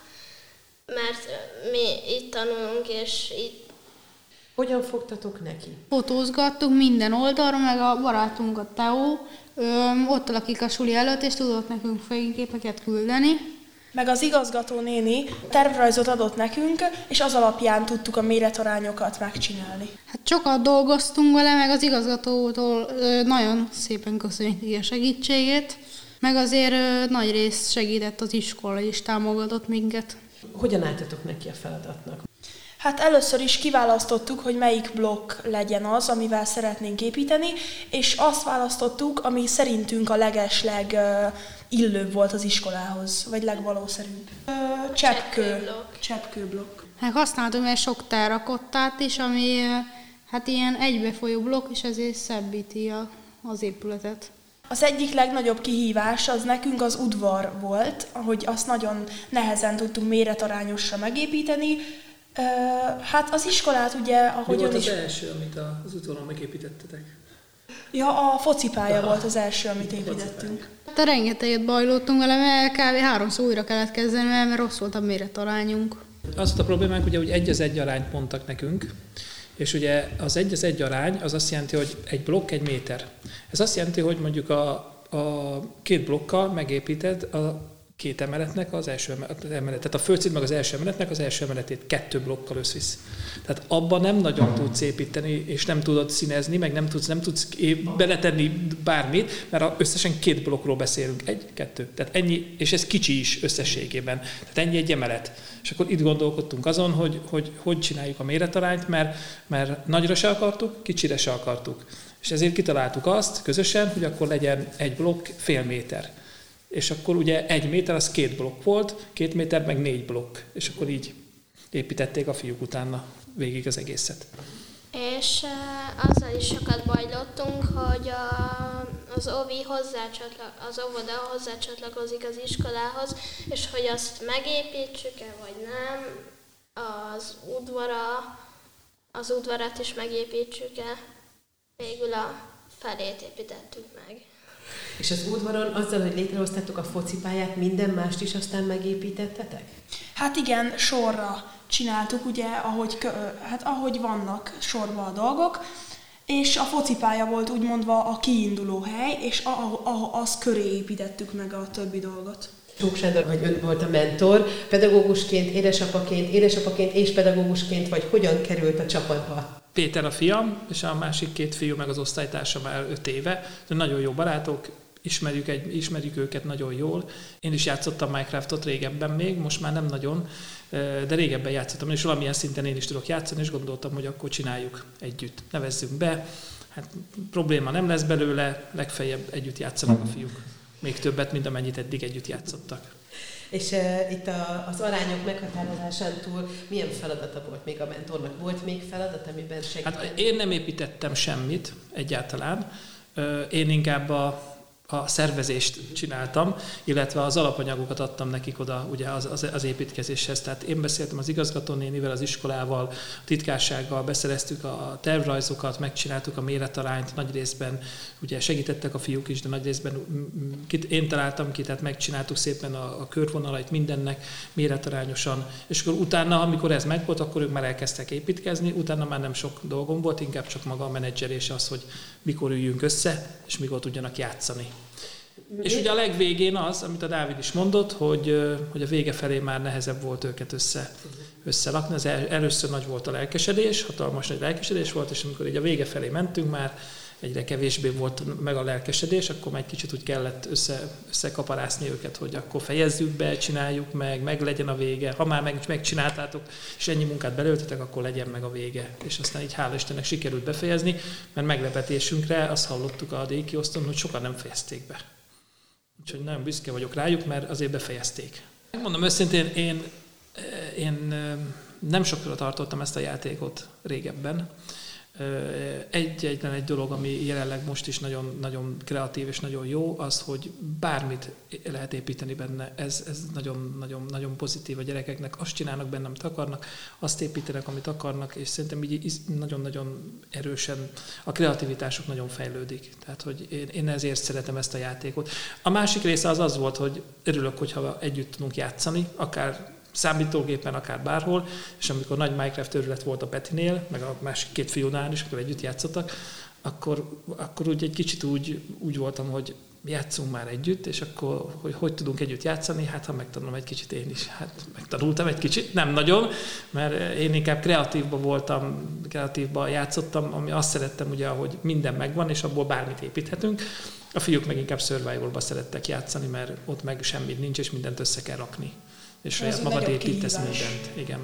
mert mi itt tanulunk, és itt... Hogyan fogtatok neki? Fotózgattuk minden oldalra, meg a barátunk, a Teó, ott lakik a suli előtt, és tudott nekünk fényképeket küldeni. Meg az igazgató néni tervrajzot adott nekünk, és az alapján tudtuk a méretarányokat megcsinálni. Hát sokat dolgoztunk vele, meg az igazgatótól nagyon szépen köszönjük a segítségét, meg azért nagy részt segített az iskola is, támogatott minket. Hogyan álltatok neki a feladatnak? Hát először is kiválasztottuk, hogy melyik blokk legyen az, amivel szeretnénk építeni, és azt választottuk, ami szerintünk a legesleg uh, illőbb volt az iskolához, vagy legvalószerűbb. Uh, cseppkő. Cseppkőblokk. Hát használtunk egy sok terrakottát is, ami hát ilyen egybefolyó blokk, és ezért szebbíti a az épületet. Az egyik legnagyobb kihívás az nekünk az udvar volt, ahogy azt nagyon nehezen tudtunk méretarányosra megépíteni. Hát az iskolát ugye, ahogy Mi volt az is... első, amit az udvaron megépítettetek? Ja, a focipálya volt az első, amit építettünk. Te rengeteget bajlottunk vele, mert kb. háromszor újra kellett kezdeni, mert rossz volt a méretarányunk. Az volt a problémánk, ugye, hogy egy az egy arányt mondtak nekünk, és ugye az egy az egy arány az azt jelenti, hogy egy blokk egy méter. Ez azt jelenti, hogy mondjuk a, a két blokkal megépíted a két emeletnek az első emelet, tehát a földszint meg az első emeletnek az első emeletét kettő blokkal összvisz. Tehát abban nem nagyon tudsz építeni, és nem tudod színezni, meg nem tudsz, nem tudsz beletenni bármit, mert összesen két blokkról beszélünk. Egy, kettő. Tehát ennyi, és ez kicsi is összességében. Tehát ennyi egy emelet. És akkor itt gondolkodtunk azon, hogy hogy, hogy csináljuk a méretarányt, mert, mert nagyra se akartuk, kicsire se akartuk. És ezért kitaláltuk azt közösen, hogy akkor legyen egy blokk fél méter. És akkor ugye egy méter az két blokk volt, két méter meg négy blokk. És akkor így építették a fiúk utána végig az egészet. És uh, azzal is sokat bajlottunk, hogy a, az óvi hozzácsatla, az óvoda hozzácsatlakozik az iskolához, és hogy azt megépítsük-e, vagy nem, az udvara, az udvarat is megépítsük-e. Végül a felét építettük meg. És az udvaron azzal, hogy létrehoztátok a focipályát, minden mást is aztán megépítettetek? Hát igen, sorra csináltuk, ugye, ahogy, hát ahogy vannak sorba a dolgok, és a focipálya volt úgymondva a kiinduló hely, és a, a, az köré építettük meg a többi dolgot. Tóth Sándor, vagy ön volt a mentor, pedagógusként, édesapaként, édesapaként és pedagógusként, vagy hogyan került a csapatba? Péter a fiam, és a másik két fiú meg az osztálytársa már öt éve. De nagyon jó barátok, ismerjük, egy, ismerjük őket nagyon jól. Én is játszottam Minecraftot régebben még, most már nem nagyon, de régebben játszottam, és valamilyen szinten én is tudok játszani, és gondoltam, hogy akkor csináljuk együtt. Nevezzünk be, hát probléma nem lesz belőle, legfeljebb együtt játszanak a fiúk. Még többet, mint amennyit eddig együtt játszottak. És uh, itt a, az arányok meghatározásán túl milyen feladata volt még a mentornak? Volt még feladat, amiben segített? Hát én nem építettem semmit egyáltalán. Én inkább a, a szervezést csináltam, illetve az alapanyagokat adtam nekik oda ugye az, az, az építkezéshez. Tehát én beszéltem az igazgatónénivel, az iskolával, a titkársággal, beszereztük a tervrajzokat, megcsináltuk a méretarányt, nagy részben ugye segítettek a fiúk is, de nagy részben én találtam ki, tehát megcsináltuk szépen a, a körvonalait mindennek méretarányosan, és akkor utána, amikor ez megvolt, akkor ők már elkezdtek építkezni, utána már nem sok dolgom volt, inkább csak maga a menedzselés az, hogy mikor üljünk össze, és mikor tudjanak játszani. Mi? És ugye a legvégén az, amit a Dávid is mondott, hogy, hogy a vége felé már nehezebb volt őket össze, összelakni. Az el, először nagy volt a lelkesedés, hatalmas nagy lelkesedés volt, és amikor így a vége felé mentünk már, egyre kevésbé volt meg a lelkesedés, akkor már egy kicsit úgy kellett össze, összekaparászni őket, hogy akkor fejezzük be, csináljuk meg, meg legyen a vége. Ha már meg, megcsináltátok, és ennyi munkát belöltetek, akkor legyen meg a vége. És aztán így hála Istennek sikerült befejezni, mert meglepetésünkre azt hallottuk a dékiosztón, hogy sokan nem fejezték be. Úgyhogy nagyon büszke vagyok rájuk, mert azért befejezték. Mondom őszintén, én, én nem sokra tartottam ezt a játékot régebben. Egy, egyetlen egy dolog, ami jelenleg most is nagyon, nagyon kreatív és nagyon jó, az, hogy bármit lehet építeni benne. Ez, ez nagyon, nagyon, nagyon pozitív a gyerekeknek. Azt csinálnak benne, amit akarnak, azt építenek, amit akarnak, és szerintem így nagyon-nagyon erősen a kreativitásuk nagyon fejlődik. Tehát, hogy én, én ezért szeretem ezt a játékot. A másik része az az volt, hogy örülök, hogyha együtt tudunk játszani, akár számítógépen, akár bárhol, és amikor nagy Minecraft őrület volt a Petinél, meg a másik két fiúnál is, akkor együtt játszottak, akkor, akkor úgy egy kicsit úgy, úgy voltam, hogy játszunk már együtt, és akkor hogy, hogy tudunk együtt játszani, hát ha megtanulom egy kicsit én is. Hát megtanultam egy kicsit, nem nagyon, mert én inkább kreatívban voltam, kreatívban játszottam, ami azt szerettem ugye, hogy minden megvan, és abból bármit építhetünk. A fiúk meg inkább survivalba szerettek játszani, mert ott meg semmit nincs, és mindent össze kell rakni. És saját magad építesz mindent. Igen.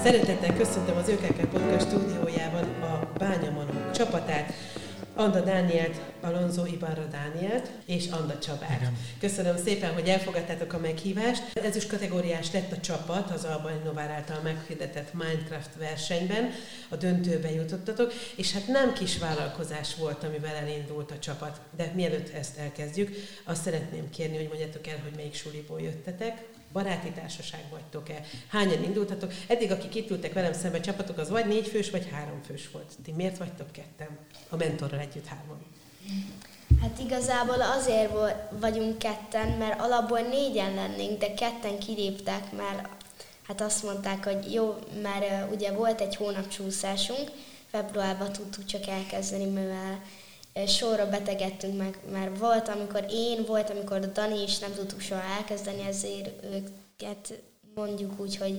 Szeretettel köszöntöm az ÖKK Podcast stúdiójában a Bányamanok csapatát, Anda Dánielt, Alonso Ibarra Dánielt és Anda Csabát. Igen. Köszönöm szépen, hogy elfogadtátok a meghívást. Ezüst kategóriás lett a csapat az Alba Innovár által meghirdetett Minecraft versenyben. A döntőbe jutottatok, és hát nem kis vállalkozás volt, amivel elindult a csapat. De mielőtt ezt elkezdjük, azt szeretném kérni, hogy mondjátok el, hogy melyik suliból jöttetek. Baráti társaság vagytok-e? Hányan indultatok? Eddig, akik itt ültek velem szembe csapatok, az vagy négy fős, vagy három fős volt. Ti miért vagytok ketten? A mentorral együtt hárman. Hát igazából azért vagyunk ketten, mert alapból négyen lennénk, de ketten kiléptek, mert hát azt mondták, hogy jó, mert ugye volt egy hónap csúszásunk, februárban tudtuk csak elkezdeni, mivel sorra betegedtünk meg, mert volt, amikor én, volt, amikor a Dani is nem tudtuk soha elkezdeni, ezért őket mondjuk úgy, hogy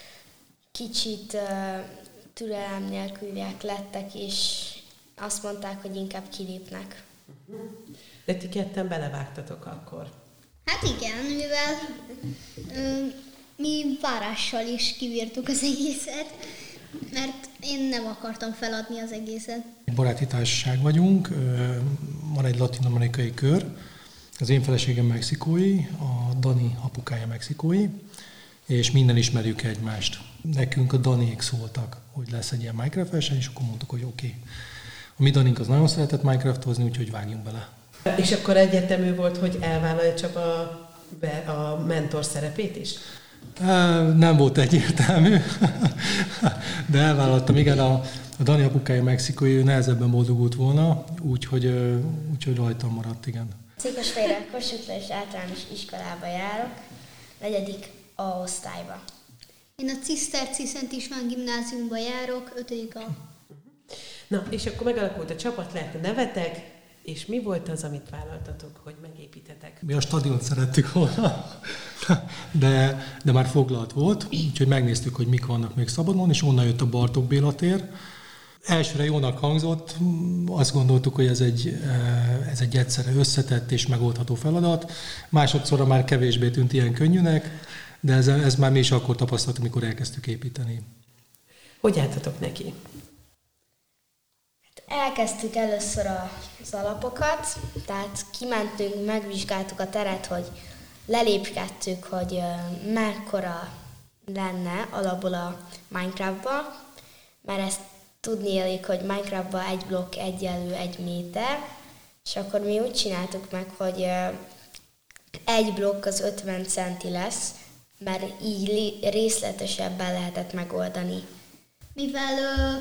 kicsit uh, türelem nélküliek lettek, és azt mondták, hogy inkább kilépnek. De ti ketten belevágtatok akkor? Hát igen, mivel ö, mi várással is kivírtuk az egészet, mert én nem akartam feladni az egészet. Baráti társaság vagyunk, van egy latin-amerikai kör, az én feleségem mexikói, a Dani apukája mexikói, és minden ismerjük egymást. Nekünk a Daniék szóltak, hogy lesz egy ilyen Minecraft verseny, és akkor mondtuk, hogy oké. Okay. A mi Danink az nagyon szeretett Minecraftozni, úgyhogy vágjunk bele. És akkor egyértelmű volt, hogy elvállalja csak a, a mentor szerepét is? Nem volt egyértelmű, de elvállaltam. Igen, a, a Dani apukája mexikói, ő nehezebben boldogult volna, úgyhogy, úgyhogy rajtam maradt, igen. Székesfehérvár Kossuth Lajos általános iskolába járok, negyedik A osztályba. Én a Ciszterci Szent István gimnáziumba járok, ötödik A. Na, és akkor megalakult a csapat, lehet a nevetek, és mi volt az, amit vállaltatok, hogy megépítetek? Mi a stadiont szerettük volna, de, de már foglalt volt, úgyhogy megnéztük, hogy mik vannak még szabadon, és onnan jött a Bartók Béla tér. Elsőre jónak hangzott, azt gondoltuk, hogy ez egy, ez egy egyszerre összetett és megoldható feladat. Másodszorra már kevésbé tűnt ilyen könnyűnek, de ez, ez már mi is akkor tapasztaltuk, amikor elkezdtük építeni. Hogy álltatok neki? Elkezdtük először az alapokat, tehát kimentünk, megvizsgáltuk a teret, hogy lelépkedtük, hogy mekkora lenne alapból a Minecraftba, mert ezt tudni élik, hogy Minecraftban egy blokk egyenlő egy méter, és akkor mi úgy csináltuk meg, hogy egy blokk az ötven centi lesz, mert így részletesebben lehetett megoldani. Mivel ö,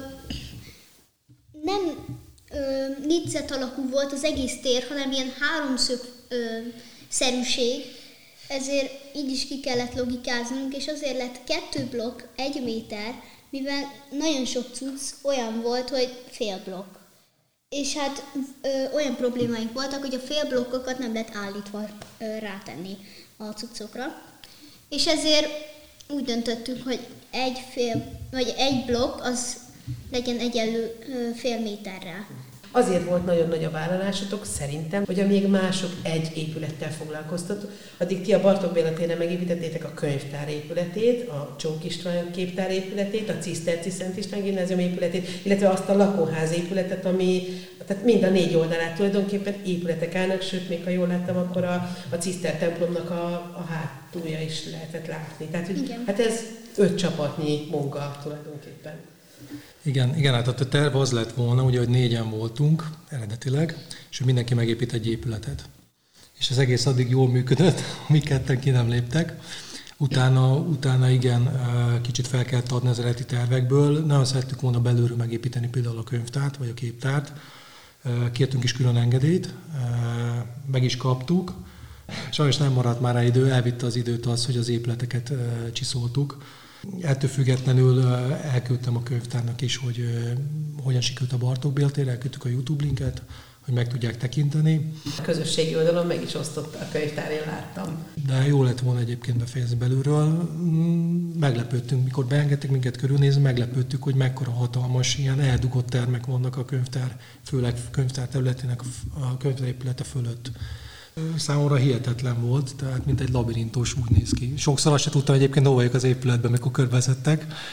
nem ö, négyzet alakú volt az egész tér, hanem ilyen háromszög ö, szerűség, ezért így is ki kellett logikáznunk, és azért lett kettő blokk egy méter, mivel nagyon sok cucc olyan volt, hogy fél blokk. És hát ö, olyan problémáink voltak, hogy a fél blokkokat nem lett állítva ö, rátenni a cuccokra. És ezért úgy döntöttünk, hogy egy fél, vagy egy blokk az legyen egyenlő ö, fél méterrel. Azért volt nagyon nagy a vállalásotok, szerintem, hogy amíg mások egy épülettel foglalkoztatok, addig ti a Bartók Béla téren megépítettétek a könyvtár épületét, a Csók István képtár épületét, a Ciszterci Szent István gimnázium épületét, illetve azt a lakóház épületet, ami tehát mind a négy oldalát tulajdonképpen épületek állnak, sőt, még ha jól láttam, akkor a, a Ciszter templomnak a, a hátulja is lehetett látni. Tehát, hogy, hát ez öt csapatnyi munka tulajdonképpen. Igen, igen, hát a terv az lett volna, ugye, hogy négyen voltunk eredetileg, és hogy mindenki megépít egy épületet. És az egész addig jól működött, mi ketten ki nem léptek. Utána, utána igen, kicsit fel kellett adni az eredeti tervekből. Nagyon szerettük volna belülről megépíteni például a könyvtárt, vagy a képtárt. Kértünk is külön engedélyt, meg is kaptuk. Sajnos nem maradt már rá idő, elvitte az időt az, hogy az épületeket csiszoltuk. Ettől függetlenül elküldtem a könyvtárnak is, hogy hogyan sikerült a Bartók Béla tér, elküldtük a YouTube linket, hogy meg tudják tekinteni. A közösségi oldalon meg is osztotta a könyvtár, én láttam. De jó lett volna egyébként befejezni belülről. Meglepődtünk, mikor beengedtek minket körülnézni, meglepődtük, hogy mekkora hatalmas, ilyen eldugott termek vannak a könyvtár, főleg könyvtár területének a könyvtár épülete fölött. Számomra hihetetlen volt, tehát mint egy labirintus úgy néz ki. Sokszor azt se tudtam egyébként, hol vagyok az épületben, amikor körbevezettek.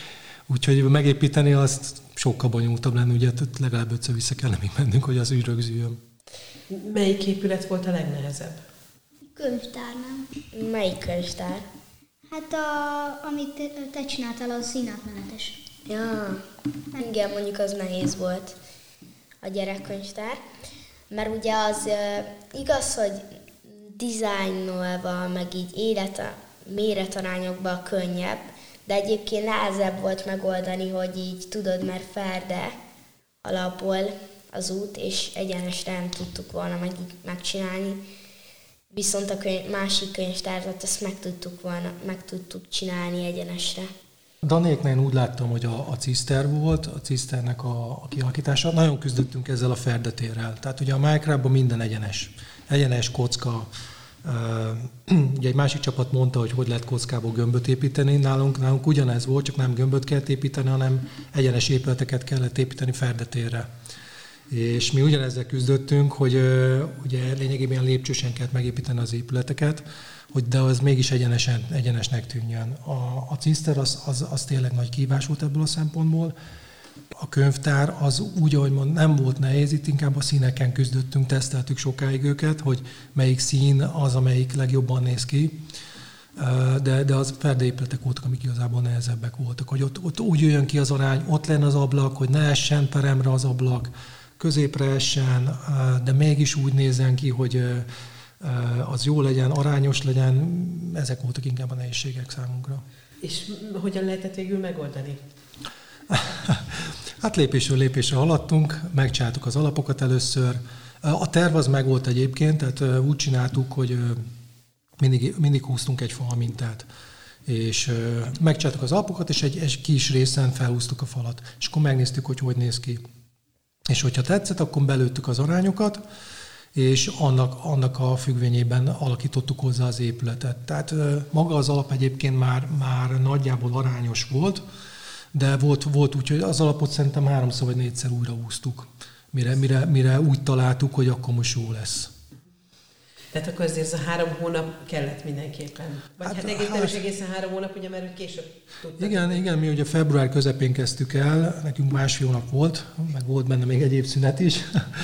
Úgyhogy megépíteni azt sokkal bonyolultabb lenne, ugye legalább ötször vissza kellene még mennünk, hogy az úgy rögzüljön. Melyik épület volt a legnehezebb? Könyvtár, nem? Melyik könyvtár? Hát a, amit te, te csináltál, az színátmenetes. Ja, igen, mondjuk az nehéz volt a gyerekkönyvtár. Mert ugye az uh, igaz, hogy dizájnolva, meg így élet, méretarányokban könnyebb, de egyébként nehezebb volt megoldani, hogy így tudod, mert ferde alapból az út, és egyenesre nem tudtuk volna meg, megcsinálni. Viszont a könyv, másik könyvtárat azt meg tudtuk volna, meg tudtuk csinálni egyenesre. Danéknál én úgy láttam, hogy a, a ciszter volt, a ciszternek a, a kialakítása. Nagyon küzdöttünk ezzel a ferdetérrel. Tehát ugye a Minecraftban minden egyenes. Egyenes kocka. Ugye egy másik csapat mondta, hogy hogy lehet kockából gömböt építeni. Nálunk, nálunk ugyanez volt, csak nem gömböt kellett építeni, hanem egyenes épületeket kellett építeni ferdetérre. És mi ugyanezzel küzdöttünk, hogy ugye lényegében lépcsősen kellett megépíteni az épületeket, hogy de az mégis egyenesen, egyenesnek tűnjön. A, a ciszter az, az, az tényleg nagy kihívás volt ebből a szempontból. A könyvtár az úgy, ahogy mond, nem volt nehéz, itt inkább a színeken küzdöttünk, teszteltük sokáig őket, hogy melyik szín az, amelyik legjobban néz ki. De, de az ferdeépületek voltak, amik igazából nehezebbek voltak, hogy ott, ott úgy jöjjön ki az arány, ott lenne az ablak, hogy ne essen peremre az ablak, középre essen, de mégis úgy nézzen ki, hogy az jó legyen, arányos legyen, ezek voltak inkább a nehézségek számunkra. És hogyan lehetett végül megoldani? Hát lépésről lépésre haladtunk, megcsináltuk az alapokat először. A terv az megvolt egyébként, tehát úgy csináltuk, hogy mindig, mindig húztunk egy fal mintát. És megcsináltuk az alapokat, és egy, egy kis részen felhúztuk a falat. És akkor megnéztük, hogy hogy néz ki. És hogyha tetszett, akkor belőttük az arányokat, és annak, annak a függvényében alakítottuk hozzá az épületet. Tehát maga az alap egyébként már, már nagyjából arányos volt, de volt, volt úgy, hogy az alapot szerintem háromszor vagy négyszer újra húztuk, mire, mire, mire úgy találtuk, hogy akkor most jó lesz. Tehát akkor azért ez a három hónap kellett mindenképpen. Vagy hát, hát egész, nem is egészen három hónap, ugye, mert később tudtak. Igen, igen, mi ugye február közepén kezdtük el, nekünk másfél hónap volt, meg volt benne még egyéb szünet is.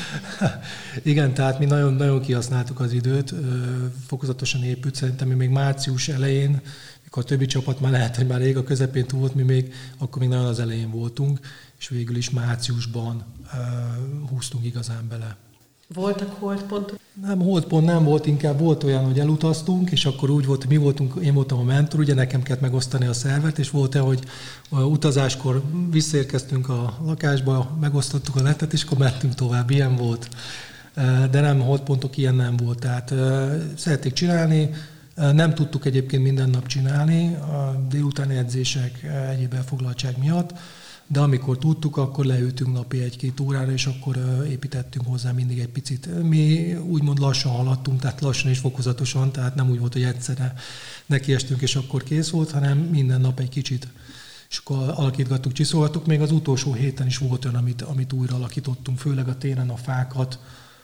Igen, tehát mi nagyon, nagyon kihasználtuk az időt, fokozatosan épült, szerintem mi még március elején, mikor a többi csapat már lehet, hogy már rég a közepén túl volt, mi még, akkor még nagyon az elején voltunk, és végül is márciusban húztunk igazán bele. Voltak holdpontok? Nem, holdpont nem volt, inkább volt olyan, hogy elutaztunk, és akkor úgy volt, mi voltunk, én voltam a mentor, ugye nekem kellett megosztani a szervert, és volt olyan, hogy utazáskor visszaérkeztünk a lakásba, megosztottuk a netet, és akkor mentünk tovább, ilyen volt. De nem, holdpontok ilyen nem volt, tehát szerették csinálni, nem tudtuk egyébként minden nap csinálni, a délutáni edzések, egyéb elfoglaltság miatt, de amikor tudtuk, akkor leültünk napi egy-két órára, és akkor építettünk hozzá mindig egy picit. Mi úgymond lassan haladtunk, tehát lassan és fokozatosan, tehát nem úgy volt, hogy egyszerre nekiestünk, és akkor kész volt, hanem minden nap egy kicsit. És akkor alakítgattuk, csiszolgattuk. Még az utolsó héten is volt olyan, amit, amit újra alakítottunk, főleg a téren a fákat.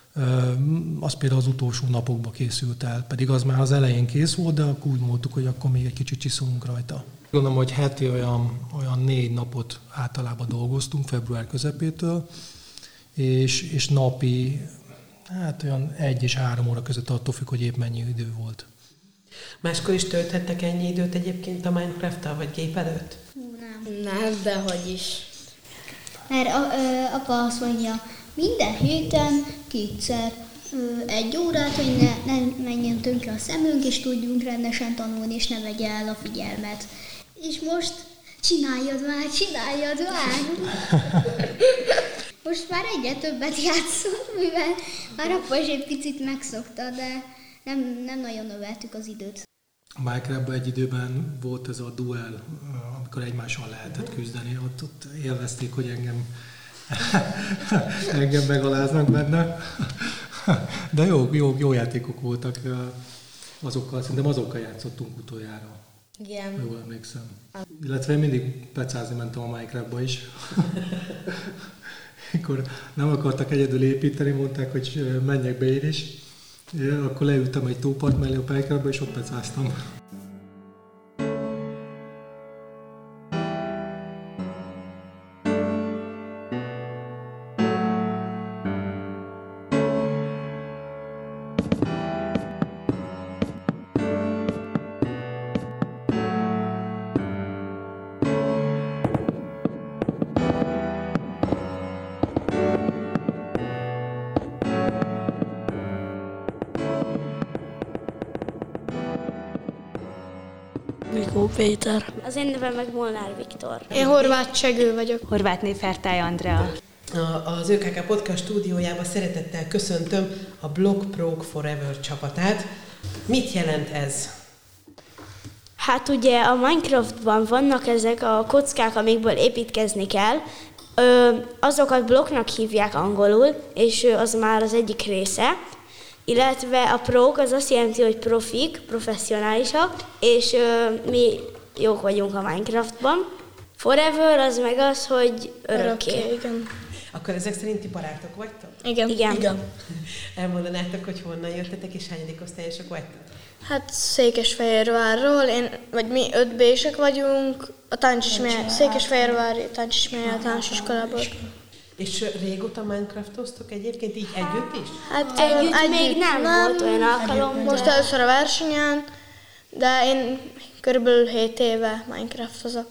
Az például az utolsó napokban készült el, pedig az már az elején kész volt, de akkor úgy mondtuk, hogy akkor még egy kicsit csiszolunk rajta. Gondolom, hogy heti olyan, olyan négy napot általában dolgoztunk, február közepétől, és, és napi, hát olyan egy és három óra között attól függ, hogy épp mennyi idő volt. Máskor is tölthettek ennyi időt egyébként a Minecraft-tal, vagy gép előtt? Nem. Nem, dehogy is. Mert a, ö, apa azt mondja, minden héten kétszer ö, egy órát, hogy ne, ne menjen tönkre a szemünk, és tudjunk rendesen tanulni, és ne vegye el a figyelmet. És most csináljad már, csináljad már! Most már egyre többet játszunk, mivel már apa is egy picit megszokta, de nem, nem nagyon növeltük az időt. A Minecraftban egy időben volt ez a duel, amikor egymással lehetett küzdeni, ott, ott élvezték, hogy engem, engem megaláznak benne. De jó, jó, jó játékok voltak, azokkal, szerintem azokkal játszottunk utoljára. Igen. Jól emlékszem. Illetve én mindig pecázni mentem a Minecraftba is. Amikor nem akartak egyedül építeni, mondták, hogy menjek be én is. Ja, akkor leültem egy tópart mellé a Minecraftba, és ott pecáztam. Bikó Péter. Az én nevem meg Molnár Viktor. Én Horváth Csegő vagyok. Horvátné Fertály Andrea. A, az ÖKK Podcast stúdiójába szeretettel köszöntöm a Block Pro Forever csapatát. Mit jelent ez? Hát ugye a Minecraftban vannak ezek a kockák, amikből építkezni kell. Ö, azokat blokknak hívják angolul, és az már az egyik része. Illetve a prók az azt jelenti, hogy profik, professzionálisak, és ö, mi jók vagyunk a Minecraftban. Forever az meg az, hogy örökké. Örökké, igen. Akkor ezek szerint ti barátok vagytok? Igen. Igen. igen. Elmondanátok, hogy honnan jöttetek és hányadik osztályosok vagytok? Hát Székesfehérvárról, én, vagy mi öt bések vagyunk, a táncsismély, Székesfehérvári táncsismély általános iskolából. És régóta Minecraftoztok egyébként így együtt is? Hát együtt, együtt még nem, nem volt olyan alkalom. Most de... először a versenyen, de én körülbelül hét éve Minecraftozok.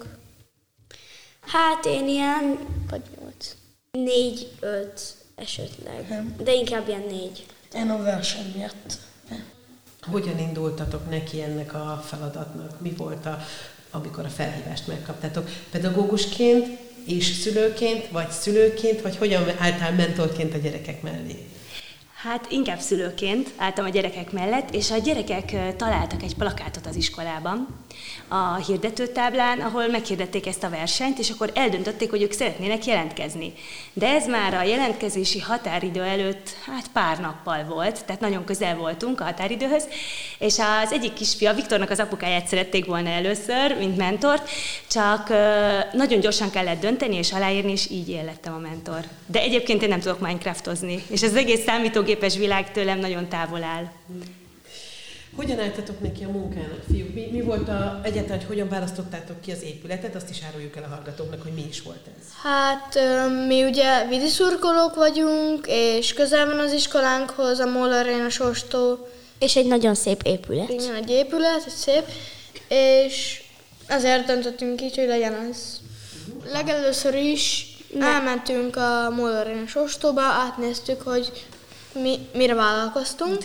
Hát én ilyen, vagy nyolc, négy, öt esetleg, de inkább ilyen négy. Én a verseny miatt. Hogyan indultatok neki ennek a feladatnak? Mi volt, a, amikor a felhívást megkaptátok? Pedagógusként és szülőként, vagy szülőként, vagy hogyan álltál mentorként a gyerekek mellé? Hát inkább szülőként álltam a gyerekek mellett, és a gyerekek találtak egy plakátot az iskolában, a hirdetőtáblán, ahol meghirdették ezt a versenyt, és akkor eldöntötték, hogy ők szeretnének jelentkezni. De ez már a jelentkezési határidő előtt hát pár nappal volt, tehát nagyon közel voltunk a határidőhöz, és az egyik kisfia, Viktornak az apukáját szerették volna először, mint mentort, csak nagyon gyorsan kellett dönteni és aláírni, és így én lettem a mentor. De egyébként én nem tudok Minecraftozni, és az egész számítógépes világ tőlem nagyon távol áll. Hogyan álltatok neki a munkának, fiúk? Mi, mi volt a, egyáltalán, hogy hogyan választottátok ki az épületet? Azt is áruljuk el a hallgatóknak, hogy mi is volt ez. Hát mi ugye víziszurkolók vagyunk, és közel van az iskolánkhoz, a Mall Arena Sóstó. És egy nagyon szép épület. Igen, egy épület, egy szép, és ezért döntöttünk így, hogy legyen ez. Legelőször is ne. elmentünk a Mall Arena Sóstóba, átnéztük, hogy mi, mire vállalkoztunk.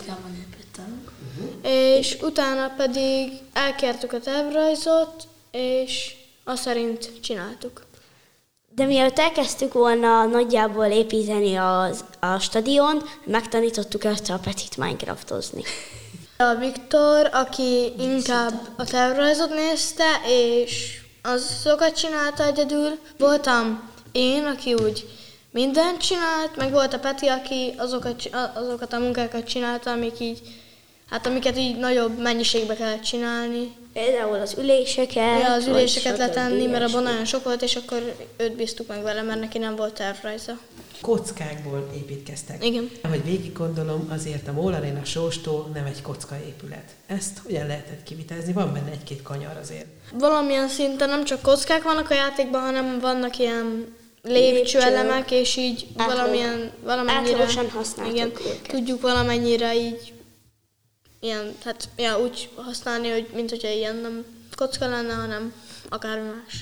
És utána pedig elkértük a tervrajzot, és azt szerint csináltuk. De mielőtt elkezdtük volna nagyjából építeni az, a stadion, megtanítottuk össze a Petit Minecraftozni. A Viktor, aki inkább a tervrajzot nézte, és azokat csinálta egyedül. Voltam én, aki úgy mindent csinált, meg volt a Peti, aki azokat, azokat a munkákat csinálta, amik így Hát amiket így nagyobb mennyiségbe kellett csinálni. Például az üléseket. Ja, az üléseket letenni, mert abban nagyon sok volt, és akkor őt bíztuk meg vele, mert neki nem volt tervrajza. Kockákból építkeztek. Igen. Ahogy végig gondolom, azért a Mall Arena Sóstó nem egy kocka épület. Ezt hogyan lehetett kivitelezni? Van benne egy-két kanyar azért. Valamilyen szinten nem csak kockák vannak a játékban, hanem vannak ilyen lépcsőelemek, és így Átlog. valamilyen, valamennyire... Átlagosan használtuk igen, őket. Tudjuk valamennyire így ilyen, hát ja, úgy használni, hogy mint hogyha ilyen nem kocka lenne, hanem akár más.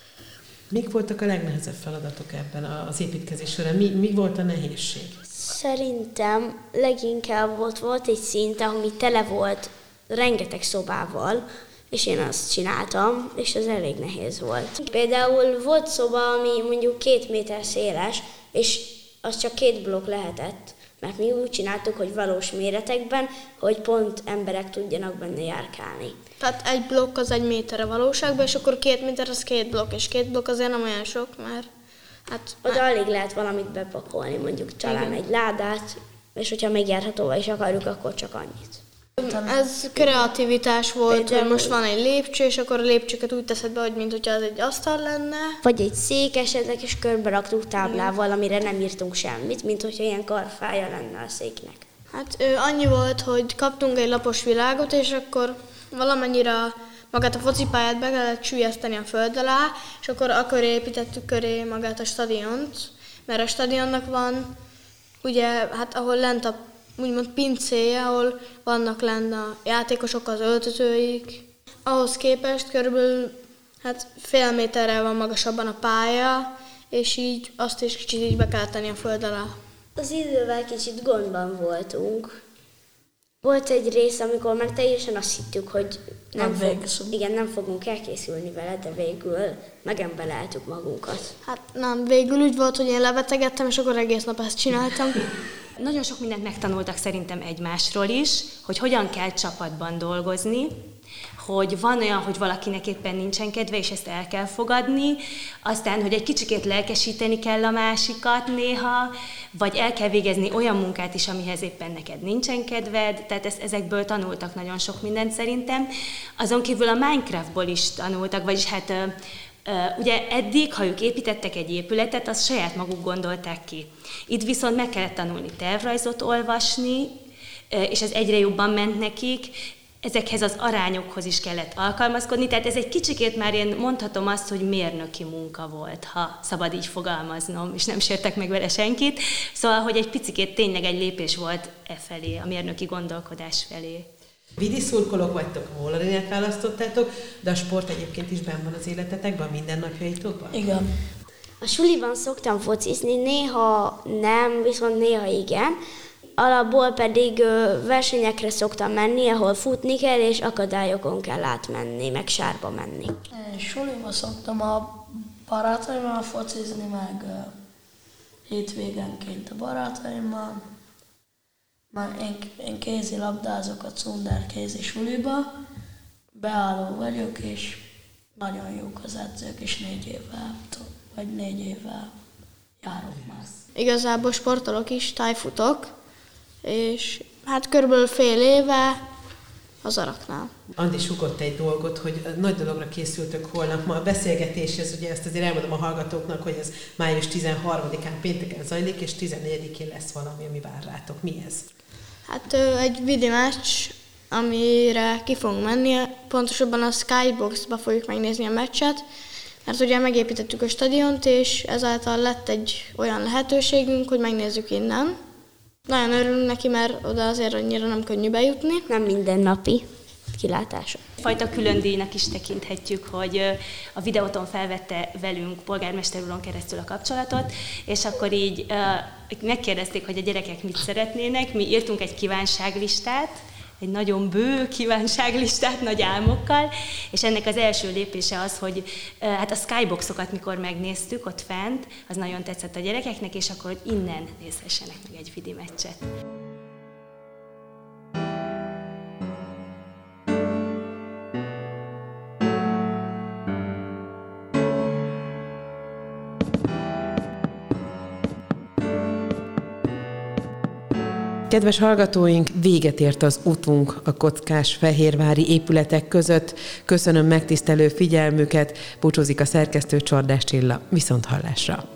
Mik voltak a legnehezebb feladatok ebben az építkezés során? Mi, mi volt a nehézség? Szerintem leginkább volt, volt egy szint, ami tele volt rengeteg szobával, és én azt csináltam, és az elég nehéz volt. Például volt szoba, ami mondjuk két méter széles, és az csak két blokk lehetett. Mert mi úgy csináltuk, hogy valós méretekben, hogy pont emberek tudjanak benne járkálni. Tehát egy blokk az egy méter a valóságban, és akkor két méter az két blokk, és két blokk azért nem olyan sok, mert hát... Oda már... alig lehet valamit bepakolni, mondjuk talán egy ládát, és hogyha megjárhatóvá is akarjuk, akkor csak annyit. Ez kreativitás volt, például, hogy most van egy lépcső, és akkor a lépcsőket úgy teszed be, hogy mint hogyha az egy asztal lenne. Vagy egy szék esetleg, és körbe raktuk táblával, amire nem írtunk semmit, mint hogyha ilyen karfája lenne a széknek. Hát ő, annyi volt, hogy kaptunk egy lapos világot, és akkor valamennyire magát a focipályát be kellett süllyeszteni a föld alá, és akkor akkor építettük köré magát a stadiont, mert a stadionnak van, ugye, hát ahol lent a úgymond pincéje, ahol vannak lent a játékosok, az öltözőik. Ahhoz képest körülbelül hát fél méterrel van magasabban a pálya, és így azt is kicsit így be kell tenni a föld alá. Az idővel kicsit gondban voltunk. Volt egy rész, amikor már teljesen azt hittük, hogy nem, Nem fog, végzünk. igen, nem fogunk elkészülni vele, de végül megembeleltük magunkat. Hát nem, végül úgy volt, hogy én lebetegedtem, és akkor egész nap ezt csináltam. Nagyon sok mindent megtanultak szerintem egymásról is, hogy hogyan kell csapatban dolgozni, hogy van olyan, hogy valakinek éppen nincsen kedve, és ezt el kell fogadni, aztán, hogy egy kicsikét lelkesíteni kell a másikat néha, vagy el kell végezni olyan munkát is, amihez éppen neked nincsen kedved, tehát ezt, ezekből tanultak nagyon sok mindent szerintem. Azon kívül a Minecraftból is tanultak, vagyis hát Uh, ugye eddig, ha ők építettek egy épületet, azt saját maguk gondolták ki. Itt viszont meg kellett tanulni tervrajzot olvasni, uh, és ez egyre jobban ment nekik, ezekhez az arányokhoz is kellett alkalmazkodni, tehát ez egy kicsikét már én mondhatom azt, hogy mérnöki munka volt, ha szabad így fogalmaznom, és nem sértek meg vele senkit. Szóval, hogy egy picikét tényleg egy lépés volt e felé, a mérnöki gondolkodás felé. Vidi szurkolók vagytok, a Mollarinát választottátok, de a sport egyébként is benn van az életetekben, mindennapjaitokban? Igen. A suliban szoktam focizni, néha nem, viszont néha igen. Alapból pedig ö, versenyekre szoktam menni, ahol futni kell, és akadályokon kell átmenni, meg sárba menni. Én suliba szoktam a barátaimmal focizni, meg uh, hétvégenként a barátaimmal. Már én, én kézilabdázok a Cundár kézi suliba, beálló vagyok, és nagyon jók az edzők, és négy évvel, vagy négy évvel járok már. Igazából sportolok is, tájfutok, és hát körülbelül fél éve az Araknál. Andi sugott egy dolgot, hogy nagy dologra készültök holnap. Ma a beszélgetéshez, ugye ezt azért elmondom a hallgatóknak, hogy ez május tizenharmadikán pénteken zajlik, és tizennegyedikén lesz valami, ami vár rátok. Mi ez? Hát egy vidi meccs, amire ki fogunk menni, pontosabban a Skybox-ba fogjuk megnézni a meccset, mert ugye megépítettük a stadiont, és ezáltal lett egy olyan lehetőségünk, hogy megnézzük innen. Nagyon örülünk neki, mert oda azért annyira nem könnyű bejutni. Nem mindennapi kilátása. Fajta külön díjnak is tekinthetjük, hogy a videóton felvette velünk polgármester úron keresztül a kapcsolatot, és akkor így megkérdezték, hogy a gyerekek mit szeretnének, mi írtunk egy kívánságlistát, egy nagyon bő kívánságlistát nagy álmokkal, és ennek az első lépése az, hogy hát a skyboxokat mikor megnéztük ott fent, az nagyon tetszett a gyerekeknek, és akkor hogy innen nézhessenek meg egy vidi meccset. Kedves hallgatóink, véget ért az utunk a kockás fehérvári épületek között. Köszönöm megtisztelő figyelmüket, búcsúzik a szerkesztő Csordás Csilla. Viszont hallásra!